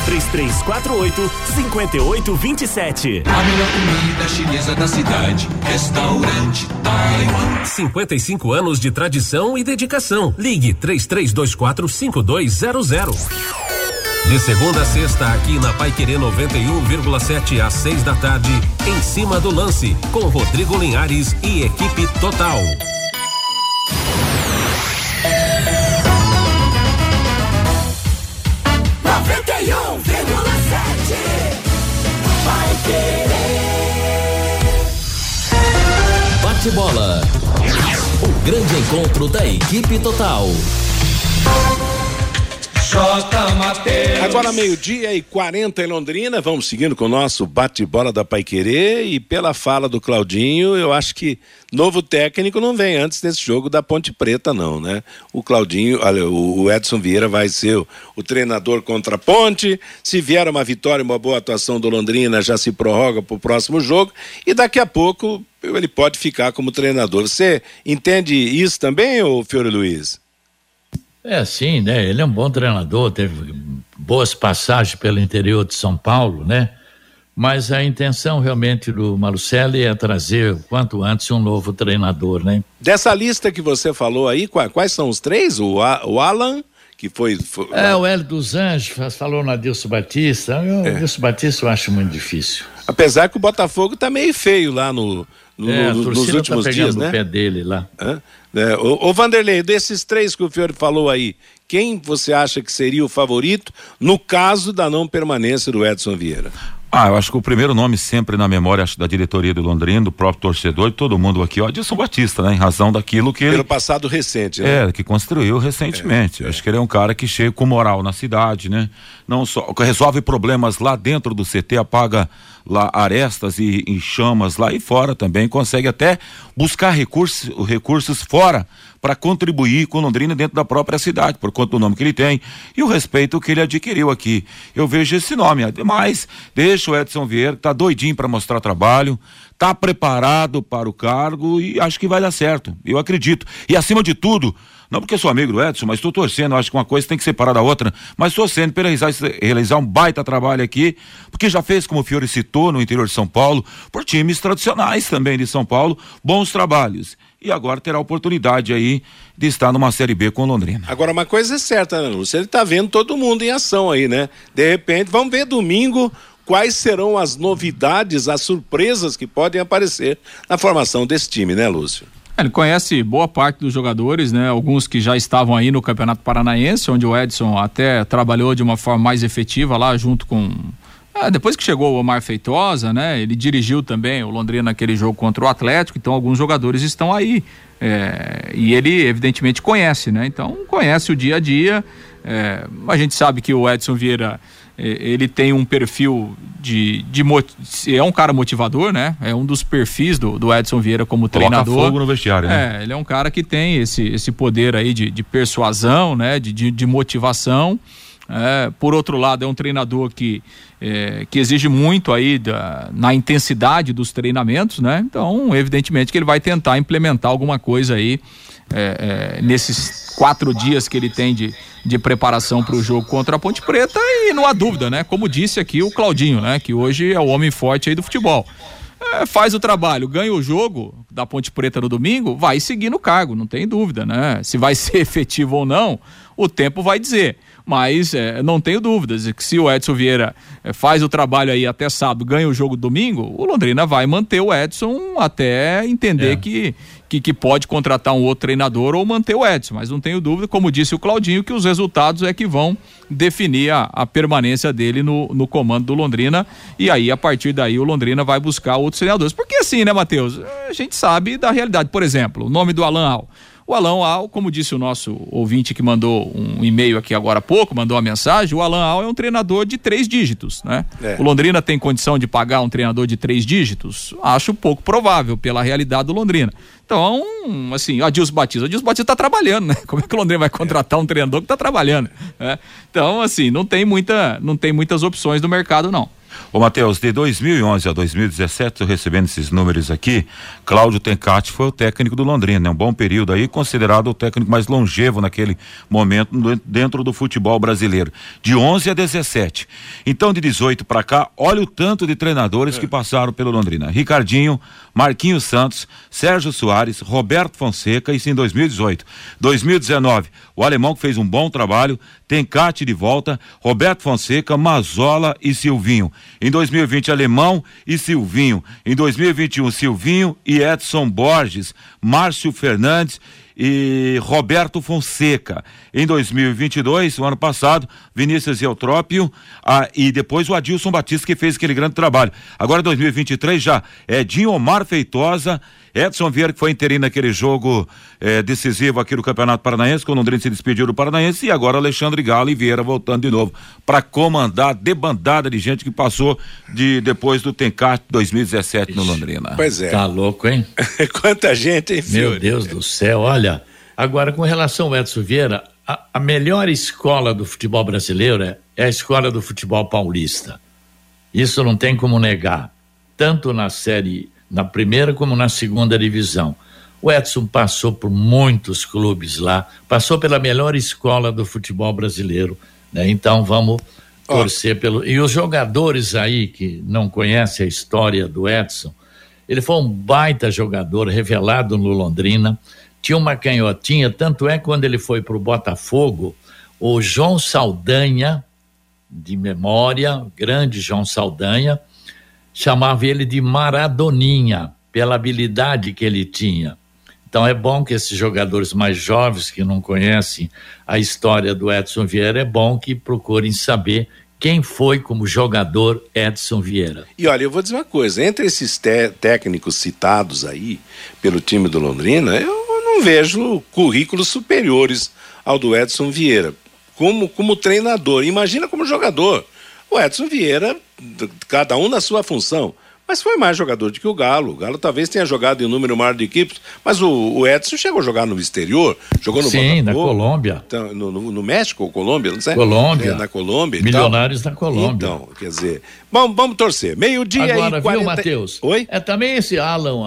3348-5827. A melhor comida chinesa da cidade, Restaurante Taiwan. 55 anos de tradição e dedicação. Ligue 3324-5200. De segunda a sexta, aqui na Paiquerê 91,7 às 6 da tarde, em cima do lance, com Rodrigo Linhares e equipe total. Bate-bola. O grande encontro da equipe total. Agora 12:40 em Londrina, vamos seguindo com o nosso bate-bola da Paiquerê, e pela fala do Claudinho, eu acho que novo técnico não vem antes desse jogo da Ponte Preta não, né? O Claudinho, olha, o Edson Vieira vai ser o treinador contra a Ponte. Se vier uma vitória, uma boa atuação do Londrina, já se prorroga para o próximo jogo, e daqui a pouco ele pode ficar como treinador. Você entende isso também, ô Fiore Luiz? É, sim, né? Ele é um bom treinador, teve boas passagens pelo interior de São Paulo, né? Mas a intenção realmente do Malucelli é trazer o quanto antes um novo treinador, né? Dessa lista que você falou aí, quais são os três? O Alan, que foi... o Hélio dos Anjos, falou no Adilson Batista. O Adilson Batista eu acho muito difícil. Apesar que o Botafogo tá meio feio lá nos últimos dias, né? O pé dele lá. Ô Vanderlei, desses três que o Fiore falou aí, quem você acha que seria o favorito no caso da não permanência do Edson Vieira? Eu acho que o primeiro nome sempre na memória, acho, da diretoria do Londrina, do próprio torcedor, de todo mundo aqui, Adilson Batista, né? Em razão daquilo que ele... Pelo passado recente, né? Que construiu recentemente. Acho que ele é um cara que chega com moral na cidade, né? Não só resolve problemas lá dentro do CT, apaga lá arestas e chamas lá, e fora também consegue até buscar recursos fora para contribuir com Londrina dentro da própria cidade, por conta do nome que ele tem e o respeito que ele adquiriu aqui. Eu vejo esse nome, mas deixa o Edson Vieira, tá doidinho para mostrar trabalho, tá preparado para o cargo e acho que vai dar certo, eu acredito. E acima de tudo, não porque eu sou amigo do Edson, mas estou torcendo, acho que uma coisa tem que separar da outra, mas torcendo para realizar um baita trabalho aqui, porque já fez, como o Fiore citou, no interior de São Paulo, por times tradicionais também de São Paulo, bons trabalhos. E agora terá a oportunidade aí de estar numa Série B com Londrina. Agora, uma coisa é certa, né, Lúcio? Ele tá vendo todo mundo em ação aí, né? De repente, vamos ver domingo quais serão as novidades, as surpresas que podem aparecer na formação desse time, né, Lúcio? Ele conhece boa parte dos jogadores, né? Alguns que já estavam aí no Campeonato Paranaense, onde o Edson até trabalhou de uma forma mais efetiva lá junto com... depois que chegou o Omar Feitosa, né? Ele dirigiu também o Londrina naquele jogo contra o Atlético, então alguns jogadores estão aí. E ele evidentemente conhece, né? Então conhece o dia a dia. A gente sabe que o Edson Vieira, ele tem um perfil é um cara motivador, né? É um dos perfis do Edson Vieira como treinador. Coloca fogo no vestiário, né? Ele é um cara que tem esse poder aí de persuasão, né? De motivação. Por outro lado, é um treinador que exige muito aí na intensidade dos treinamentos, né? Então, evidentemente que ele vai tentar implementar alguma coisa aí nesses 4 dias que ele tem de preparação para o jogo contra a Ponte Preta, e não há dúvida, né? Como disse aqui o Claudinho, né? Que hoje é o homem forte aí do futebol. Faz o trabalho, ganha o jogo da Ponte Preta no domingo, vai seguir no cargo, não tem dúvida, né? Se vai ser efetivo ou não, o tempo vai dizer. Mas não tenho dúvidas que se o Edson Vieira faz o trabalho aí até sábado, ganha o jogo domingo, o Londrina vai manter o Edson até entender que pode contratar um outro treinador ou manter o Edson, mas não tenho dúvida, como disse o Claudinho, que os resultados é que vão definir a permanência dele no comando do Londrina, e aí a partir daí o Londrina vai buscar outros treinadores, porque assim, né, Matheus, a gente sabe da realidade. Por exemplo, o nome do Alan Al. O Alan Al, como disse o nosso ouvinte que mandou um e-mail aqui agora há pouco, mandou uma mensagem, o Alan Al é um treinador de 3 dígitos, né? O Londrina tem condição de pagar um treinador de 3 dígitos? Acho pouco provável pela realidade do Londrina. Então, assim, o Adilson Batista tá trabalhando, né? Como é que o Londrina vai contratar um treinador que tá trabalhando, né? Então, assim, não tem muitas opções do mercado, não. Ô Matheus, de 2011 a 2017, eu recebendo esses números aqui, Cláudio Tencati foi o técnico do Londrina, né? Um bom período aí, considerado o técnico mais longevo naquele momento dentro do futebol brasileiro, de 11 a 17. Então, de 18 para cá, olha o tanto de treinadores que passaram pelo Londrina: Ricardinho, Marquinhos Santos, Sérgio Soares, Roberto Fonseca, isso em 2018. 2019, o alemão que fez um bom trabalho, Tencati de volta, Roberto Fonseca, Mazola e Silvinho. Em 2020, Alemão e Silvinho. Em 2021, Silvinho e Edson Borges, Márcio Fernandes e Roberto Fonseca. Em 2022, o ano passado, Vinícius Eutrópio e depois o Adilson Batista, que fez aquele grande trabalho. Agora 2023 já é Dinhomar Feitosa, Edson Vieira, que foi interino naquele jogo decisivo aqui do Campeonato Paranaense, quando o Londrina se despediu do Paranaense, e agora Alexandre Galo e Vieira voltando de novo para comandar a debandada de gente que passou depois do Tencati 2017 no Londrina. Pois é. Tá louco, hein? Quanta gente, hein, filho? Meu Deus do céu, olha. Agora, com relação ao Edson Vieira, a melhor escola do futebol brasileiro é a escola do futebol paulista. Isso não tem como negar. Tanto na primeira como na segunda divisão. O Edson passou por muitos clubes lá, passou pela melhor escola do futebol brasileiro, né? Então vamos torcer pelo... E os jogadores aí que não conhecem a história do Edson, ele foi um baita jogador revelado no Londrina, tinha uma canhotinha, tanto é que quando ele foi pro Botafogo, o João Saldanha, de memória, grande João Saldanha, chamava ele de Maradoninha, pela habilidade que ele tinha. Então é bom que esses jogadores mais jovens que não conhecem a história do Edson Vieira, é bom que procurem saber quem foi como jogador Edson Vieira. E olha, eu vou dizer uma coisa, entre esses técnicos citados aí pelo time do Londrina, eu não vejo currículos superiores ao do Edson Vieira, como treinador, imagina como jogador. O Edson Vieira, cada um na sua função, mas foi mais jogador do que o Galo. O Galo talvez tenha jogado em um número maior de equipes, mas o Edson chegou a jogar no exterior, jogou no Botafogo, na Colômbia. Então, no México ou Colômbia, não sei? Colômbia. Na Colômbia. Milionários da Colômbia. Então, quer dizer, vamos torcer. Meio-dia agora, e 40... viu, Matheus? Oi? Também esse Alan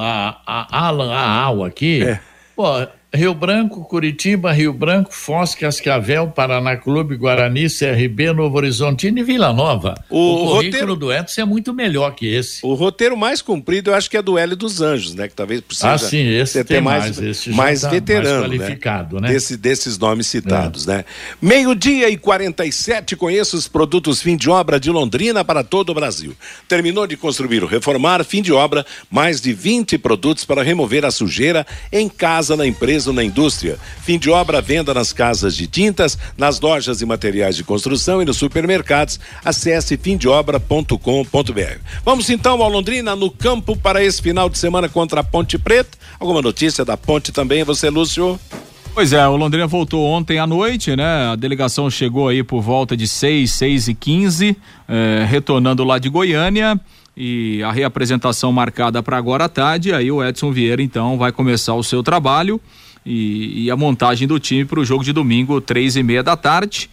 Aal aqui, pô, Rio Branco, Curitiba, Rio Branco, Foz, Cascavel, Paraná Clube, Guarani, CRB, Novo Horizontino e Vila Nova. O currículo do Edson é muito melhor que esse. O roteiro mais comprido eu acho que é do Hélio dos Anjos, né? Que talvez precisa sim, esse tem mais veterano, mais qualificado, né? Desses nomes citados, né? Meio-dia e 47, conheça os produtos fim de obra de Londrina para todo o Brasil. Terminou de construir ou reformar, fim de obra, mais de 20 produtos para remover a sujeira em casa, na empresa, na indústria. Fim de obra, venda nas casas de tintas, nas lojas e materiais de construção e nos supermercados. Acesse fimdeobra.com.br. Vamos então ao Londrina no campo para esse final de semana contra a Ponte Preta. Alguma notícia da Ponte também, você, Lúcio? Pois é, o Londrina voltou ontem à noite, né? A delegação chegou aí por volta de 6h15, retornando lá de Goiânia. E a reapresentação marcada para agora à tarde. Aí o Edson Vieira então vai começar o seu trabalho e a montagem do time para o jogo de domingo, 3h30 da tarde.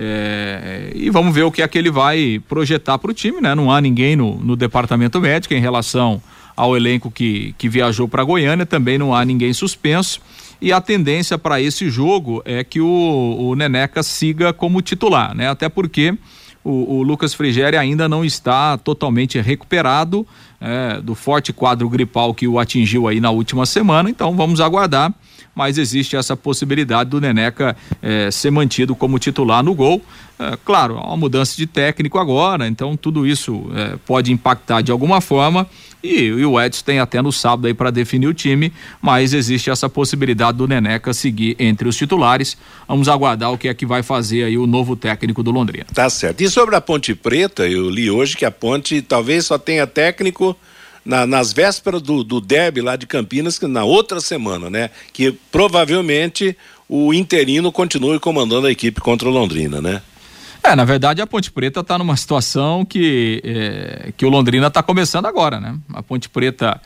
E vamos ver o que é que ele vai projetar para o time, né? Não há ninguém no departamento médico em relação ao elenco que viajou para Goiânia, também não há ninguém suspenso. e a tendência para esse jogo é que o Neneca siga como titular, né? Até porque o Lucas Frigério ainda não está totalmente recuperado do forte quadro gripal que o atingiu aí na última semana, então vamos aguardar, mas existe essa possibilidade do Neneca ser mantido como titular no gol. Claro, há uma mudança de técnico agora, então tudo isso pode impactar de alguma forma, e o Edson tem até no sábado aí para definir o time, mas existe essa possibilidade do Neneca seguir entre os titulares. Vamos aguardar o que é que vai fazer aí o novo técnico do Londrina. Tá certo. E sobre a Ponte Preta, eu li hoje que a Ponte talvez só tenha técnico nas vésperas do derby lá de Campinas, na outra semana, né? Que provavelmente o interino continue comandando a equipe contra o Londrina, né? Na verdade a Ponte Preta está numa situação que o Londrina está começando agora, né? A Ponte Preta,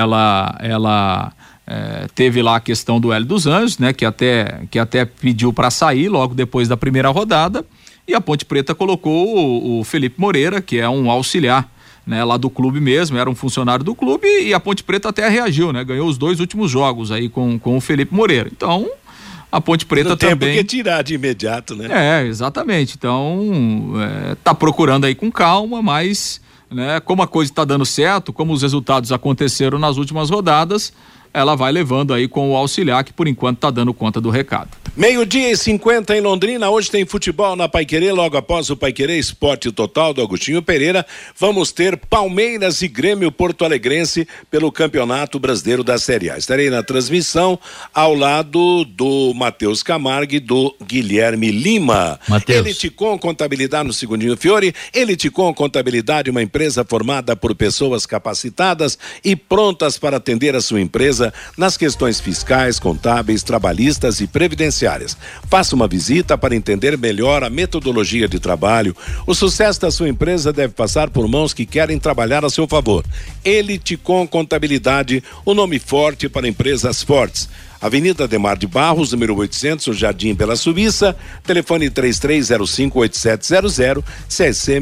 ela teve lá a questão do Hélio dos Anjos, né? Que até pediu para sair logo depois da primeira rodada, e a Ponte Preta colocou o Felipe Moreira, que é um auxiliar, né, lá do clube mesmo, era um funcionário do clube, e a Ponte Preta até reagiu, né? Ganhou os 2 últimos jogos aí com o Felipe Moreira. Então, a Ponte Preta também... Não tem por que tirar de imediato, né? Exatamente. Então, tá procurando aí com calma, mas, né, como a coisa está dando certo, como os resultados aconteceram nas últimas rodadas, ela vai levando aí com o auxiliar, que por enquanto tá dando conta do recado. 12:50 em Londrina. Hoje tem futebol na Paiquerê. Logo após o Paiquerê Esporte Total do Agostinho Pereira, vamos ter Palmeiras e Grêmio Porto Alegrense pelo Campeonato Brasileiro da Série A. Estarei na transmissão ao lado do Matheus Camargo e do Guilherme Lima. Eliticom Contabilidade no Segundinho Fiore. Eliticom Contabilidade, uma empresa formada por pessoas capacitadas e prontas para atender a sua empresa nas questões fiscais, contábeis, trabalhistas e previdenciárias. Faça uma visita para entender melhor a metodologia de trabalho. O sucesso da sua empresa deve passar por mãos que querem trabalhar a seu favor. Eliticom Contabilidade, o nome forte para empresas fortes. Avenida Ademar de Barros, número 800, no Jardim Bela Suíça, telefone 33058700, CC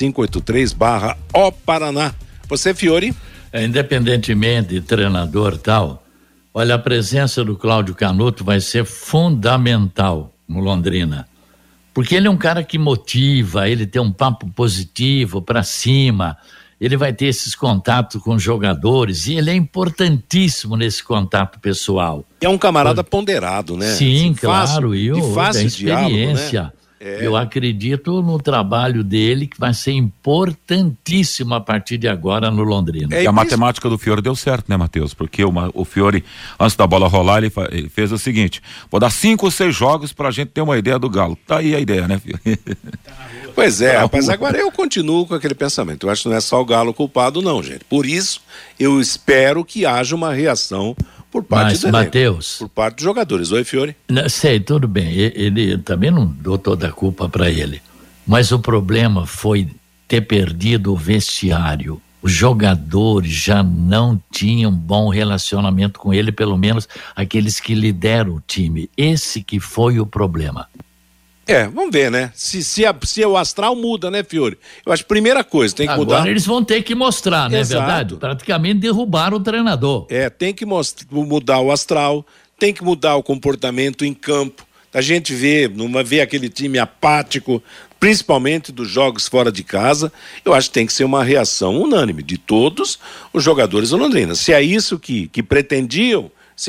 6583/O Paraná. Você, Fiore? Independentemente de treinador e tal, olha, a presença do Cláudio Canuto vai ser fundamental no Londrina, porque ele é um cara que motiva, ele tem um papo positivo para cima, ele vai ter esses contatos com os jogadores, e ele é importantíssimo nesse contato pessoal. É um camarada ponderado, né? Sim, claro, e fácil experiência. Diálogo, né? Eu acredito no trabalho dele, que vai ser importantíssimo a partir de agora no Londrina. E a matemática do Fiore deu certo, né, Matheus? Porque o Fiore, antes da bola rolar, ele fez o seguinte: vou dar 5 ou 6 jogos pra gente ter uma ideia do Galo. Tá aí a ideia, né, Fiore? Pois é, rapaz, agora eu continuo com aquele pensamento. Eu acho que não é só o Galo culpado, não, gente. Por isso, eu espero que haja uma reação por parte do Matheus, por parte dos jogadores. Oi, Fiore? Sei, tudo bem, ele também não dou toda a culpa para ele, mas o problema foi ter perdido o vestiário. Os jogadores já não tinham bom relacionamento com ele, pelo menos aqueles que lideram o time. Esse que foi o problema. Vamos ver, né? Se o astral muda, né, Fiore? Eu acho que a primeira coisa, tem que mudar. Agora eles vão ter que mostrar, não é verdade? Praticamente derrubaram o treinador. Tem que mudar o astral, tem que mudar o comportamento em campo. A gente não vai ver aquele time apático, principalmente dos jogos fora de casa. Eu acho que tem que ser uma reação unânime de todos os jogadores do Londrina. Se é isso que pretendiam, se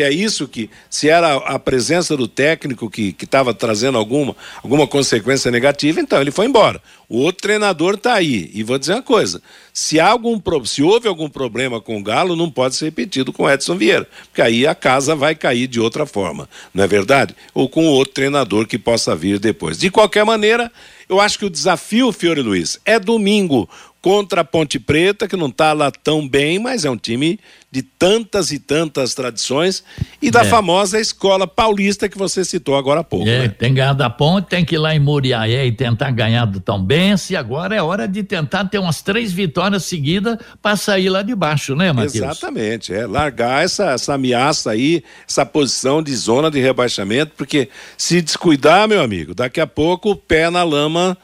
era a presença do técnico que estava trazendo alguma consequência negativa, então ele foi embora. O outro treinador está aí. E vou dizer uma coisa: se houve algum problema com o Galo, não pode ser repetido com o Edson Vieira, porque aí a casa vai cair de outra forma, não é verdade? Ou com outro treinador que possa vir depois. De qualquer maneira, eu acho que o desafio, Fiore Luiz, é domingo contra a Ponte Preta, que não está lá tão bem, mas é um time de tantas e tantas tradições e da famosa escola paulista que você citou agora há pouco. Né? Tem que ganhar da Ponte, tem que ir lá em Muriaé e tentar ganhar do Tombense, e agora é hora de tentar ter umas 3 vitórias seguidas para sair lá de baixo, né, Matheus? Exatamente, largar essa ameaça aí, essa posição de zona de rebaixamento, porque se descuidar, meu amigo, daqui a pouco o pé na lama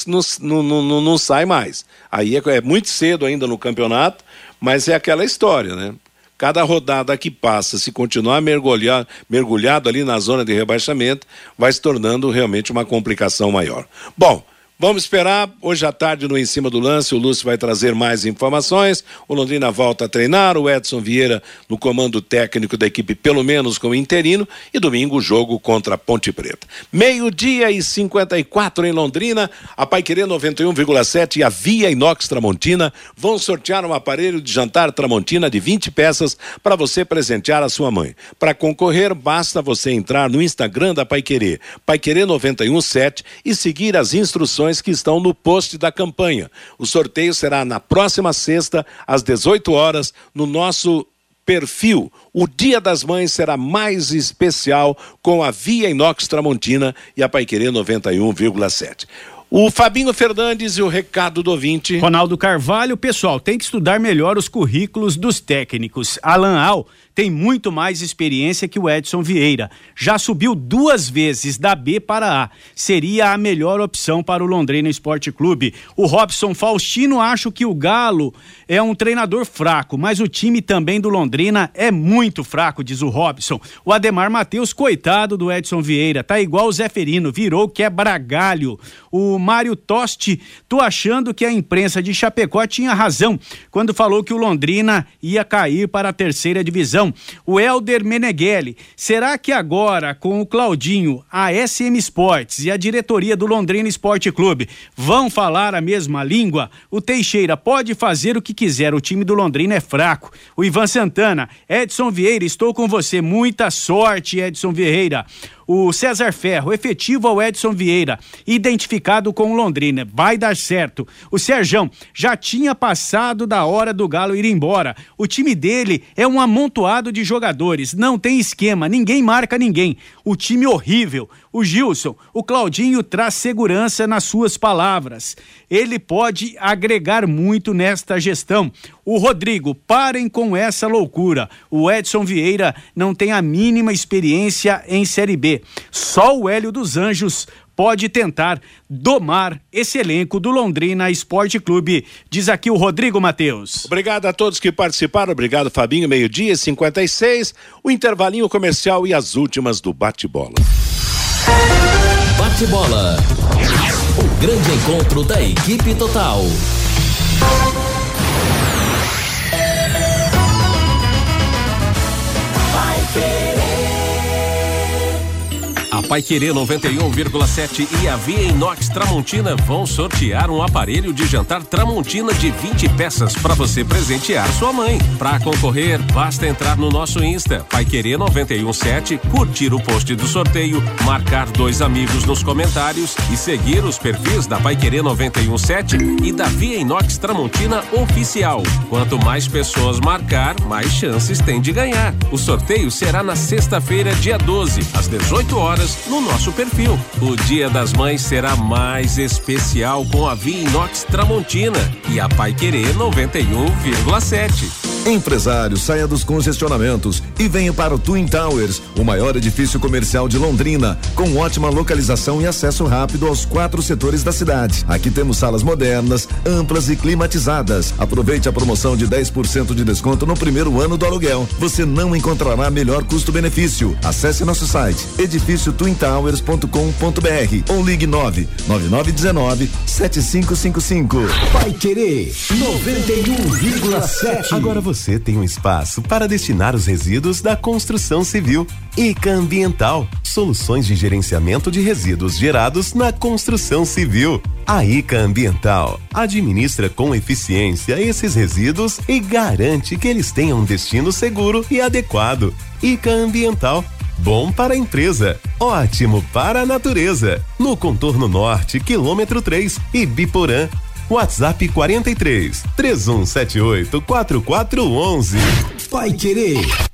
não sai mais. Aí é muito cedo ainda no campeonato, mas é aquela história, né? Cada rodada que passa, se continuar mergulhado ali na zona de rebaixamento, vai se tornando realmente uma complicação maior. Bom, vamos esperar, hoje à tarde no Em Cima do Lance, o Lúcio vai trazer mais informações, o Londrina volta a treinar, o Edson Vieira no comando técnico da equipe, pelo menos como interino, e domingo o jogo contra a Ponte Preta. 12:54 em Londrina, a Paiquerê 91,7 e a Via Inox Tramontina vão sortear um aparelho de jantar Tramontina de 20 peças para você presentear a sua mãe. Para concorrer, basta você entrar no Instagram da Paiquerê, Paiquerê 91,7 e seguir as instruções que estão no post da campanha. O sorteio será na próxima sexta, às 18 horas, no nosso perfil. O Dia das Mães será mais especial com a Via Inox Tramontina e a Paiquerê 91,7. O Fabinho Fernandes e o recado do ouvinte. Ronaldo Carvalho, pessoal, tem que estudar melhor os currículos dos técnicos. Alan Al tem muito mais experiência que o Edson Vieira. Já subiu 2 vezes da B para A. Seria a melhor opção para o Londrina Esporte Clube. O Robson Faustino, acho que o Galo é um treinador fraco, mas o time também do Londrina é muito fraco, diz o Robson. O Ademar Matheus, coitado do Edson Vieira, tá igual o Zé Ferino, virou quebra-galho. O Mário Tosti, tô achando que a imprensa de Chapecó tinha razão quando falou que o Londrina ia cair para a 3ª divisão. O Helder Meneghelli, será que agora com o Claudinho, a SM Sports e a diretoria do Londrina Esporte Clube vão falar a mesma língua? O Teixeira pode fazer o que quiser, o time do Londrina é fraco. O Ivan Santana, Edson Vieira, estou com você, muita sorte, Edson Vieira. O César Ferro, efetivo ao Edson Vieira, identificado com o Londrina, vai dar certo. O Serjão, já tinha passado da hora do Galo ir embora. O time dele é um amontoado de jogadores, não tem esquema, ninguém marca ninguém. O time horrível. O Gilson, o Claudinho traz segurança nas suas palavras. Ele pode agregar muito nesta gestão. O Rodrigo, parem com essa loucura. O Edson Vieira não tem a mínima experiência em Série B. Só o Hélio dos Anjos pode tentar domar esse elenco do Londrina Esporte Clube, diz aqui o Rodrigo Matheus. Obrigado a todos que participaram, obrigado Fabinho, 12:56, o intervalinho comercial e as últimas do bate-bola. Bate-bola, o grande encontro da equipe total. A Paiquerê 91,7 e a Via Inox Tramontina vão sortear um aparelho de jantar Tramontina de 20 peças para você presentear sua mãe. Para concorrer, basta entrar no nosso Insta, Paiquerê 91,7, curtir o post do sorteio, marcar 2 amigos nos comentários e seguir os perfis da Paiquerê 91,7 e da Via Inox Tramontina Oficial. Quanto mais pessoas marcar, mais chances tem de ganhar. O sorteio será na sexta-feira, dia 12, às 18 horas, no nosso perfil. O Dia das Mães será mais especial com a Via Inox Tramontina e a Paiquerê 91,7. Empresário, saia dos congestionamentos e venha para o Twin Towers, o maior edifício comercial de Londrina, com ótima localização e acesso rápido aos 4 setores da cidade. Aqui temos salas modernas, amplas e climatizadas. Aproveite a promoção de 10% de desconto no primeiro ano do aluguel. Você não encontrará melhor custo-benefício. Acesse nosso site edifíciotwintowers.com.br ou ligue 99919-7555. Paiquerê 91,7. Agora você tem um espaço para destinar os resíduos da construção civil. ICA Ambiental, soluções de gerenciamento de resíduos gerados na construção civil. A ICA Ambiental administra com eficiência esses resíduos e garante que eles tenham um destino seguro e adequado. ICA Ambiental, bom para a empresa, ótimo para a natureza. No Contorno Norte, quilômetro 3, Ibiporã. WhatsApp 43-3178-4411. Paiquerê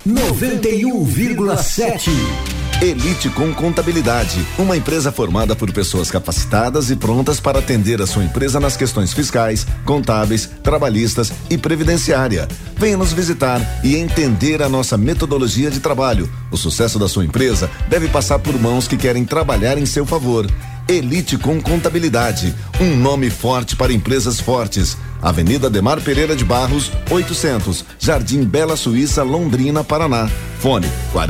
91,7. Elite com Contabilidade, uma empresa formada por pessoas capacitadas e prontas para atender a sua empresa nas questões fiscais, contábeis, trabalhistas e previdenciária. Venha nos visitar e entender a nossa metodologia de trabalho. O sucesso da sua empresa deve passar por mãos que querem trabalhar em seu favor. Elite com Contabilidade, um nome forte para empresas fortes. Avenida Ademar Pereira de Barros, 800, Jardim Bela Suíça, Londrina, Paraná. Fone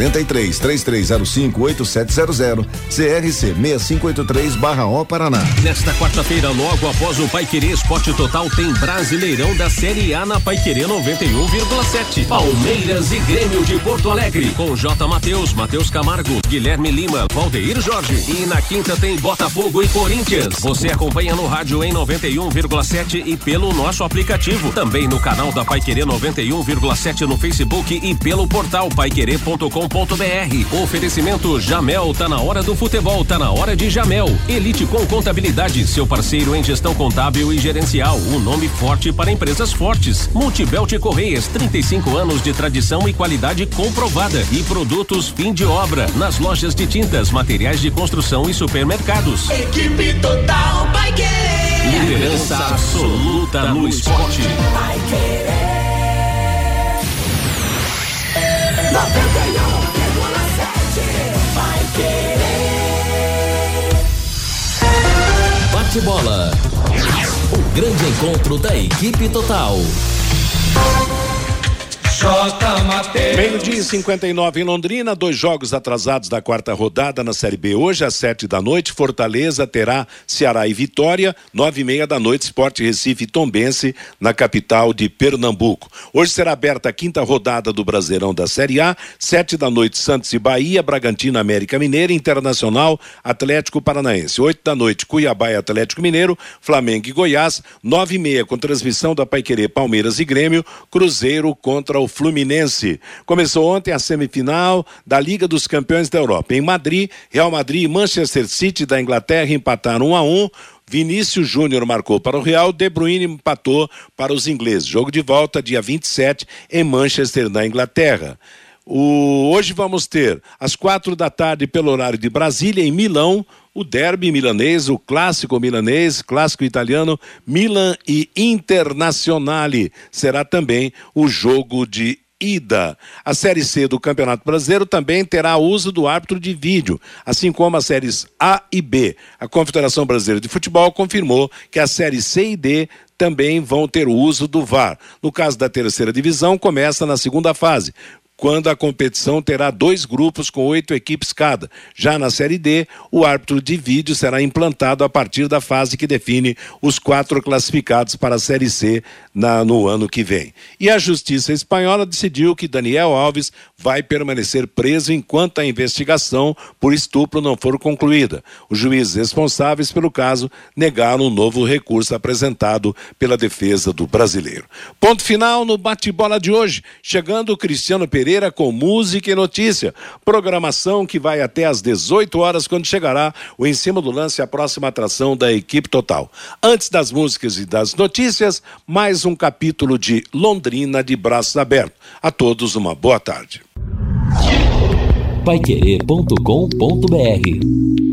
43-3305-8700, CRC 6583/O Paraná. Nesta quarta-feira, logo após o Paiquerê Esporte Total, tem Brasileirão da Série A na Paiquerê 91,7. Palmeiras e Grêmio de Porto Alegre, com J. Matheus Camargo, Guilherme Lima, Valdeir Jorge. E na quinta tem Botafogo e Corinthians. Você acompanha no rádio em 91,7 e pelo nosso aplicativo. Também no canal da Paiquerê 91,7 no Facebook e pelo portal paiquerê.com.br. Oferecimento Jamel, tá na hora do futebol, tá na hora de Jamel. Elite com Contabilidade, seu parceiro em gestão contábil e gerencial, um nome forte para empresas fortes. Multibelt Correias, 35 anos de tradição e qualidade comprovada. E produtos fim de obra, nas lojas de tintas, materiais de construção e supermercados. Equipe Total Paiquerê. Liderança absoluta no esporte. Paiquerê 91,7. Paiquerê. Bate-bola. O grande encontro da equipe total. Meio-dia e 59 em Londrina, 2 jogos atrasados da quarta rodada na Série B. Hoje às 7h, Fortaleza terá Ceará e Vitória, 9h30 da noite, Sport Recife e Tombense na capital de Pernambuco. Hoje será aberta a quinta rodada do Brasileirão da Série A, 7h, Santos e Bahia, Bragantino, América Mineira, Internacional, Atlético Paranaense. 8h, Cuiabá e Atlético Mineiro, Flamengo e Goiás, 9h30 com transmissão da Paiquerê, Palmeiras e Grêmio, Cruzeiro contra o Fluminense. Começou ontem a semifinal da Liga dos Campeões da Europa. Em Madrid, Real Madrid e Manchester City da Inglaterra empataram 1-1. Vinícius Júnior marcou para o Real, De Bruyne empatou para os ingleses. Jogo de volta dia 27 em Manchester, na Inglaterra. Hoje vamos ter às 4h pelo horário de Brasília, em Milão, o derby milanês, o clássico milanês, clássico italiano, Milan e Internazionale. Será também o jogo de ida. A Série C do Campeonato Brasileiro também terá uso do árbitro de vídeo, assim como as séries A e B. A Confederação Brasileira de Futebol confirmou que a Série C e D também vão ter o uso do VAR. No caso da terceira divisão, começa na segunda fase, quando a competição terá 2 grupos com 8 equipes cada. Já na Série D, o árbitro de vídeo será implantado a partir da fase que define os 4 classificados para a Série C no ano que vem. E a Justiça Espanhola decidiu que Daniel Alves vai permanecer preso enquanto a investigação por estupro não for concluída. Os juízes responsáveis pelo caso negaram um novo recurso apresentado pela defesa do brasileiro. Ponto final no bate-bola de hoje, chegando o Cristiano Pereira com música e notícia. Programação que vai até às 18h, quando chegará o Em Cima do Lance, a próxima atração da equipe total. Antes das músicas e das notícias, mais um capítulo de Londrina de braços abertos. A todos uma boa tarde. Paiquerê.com.br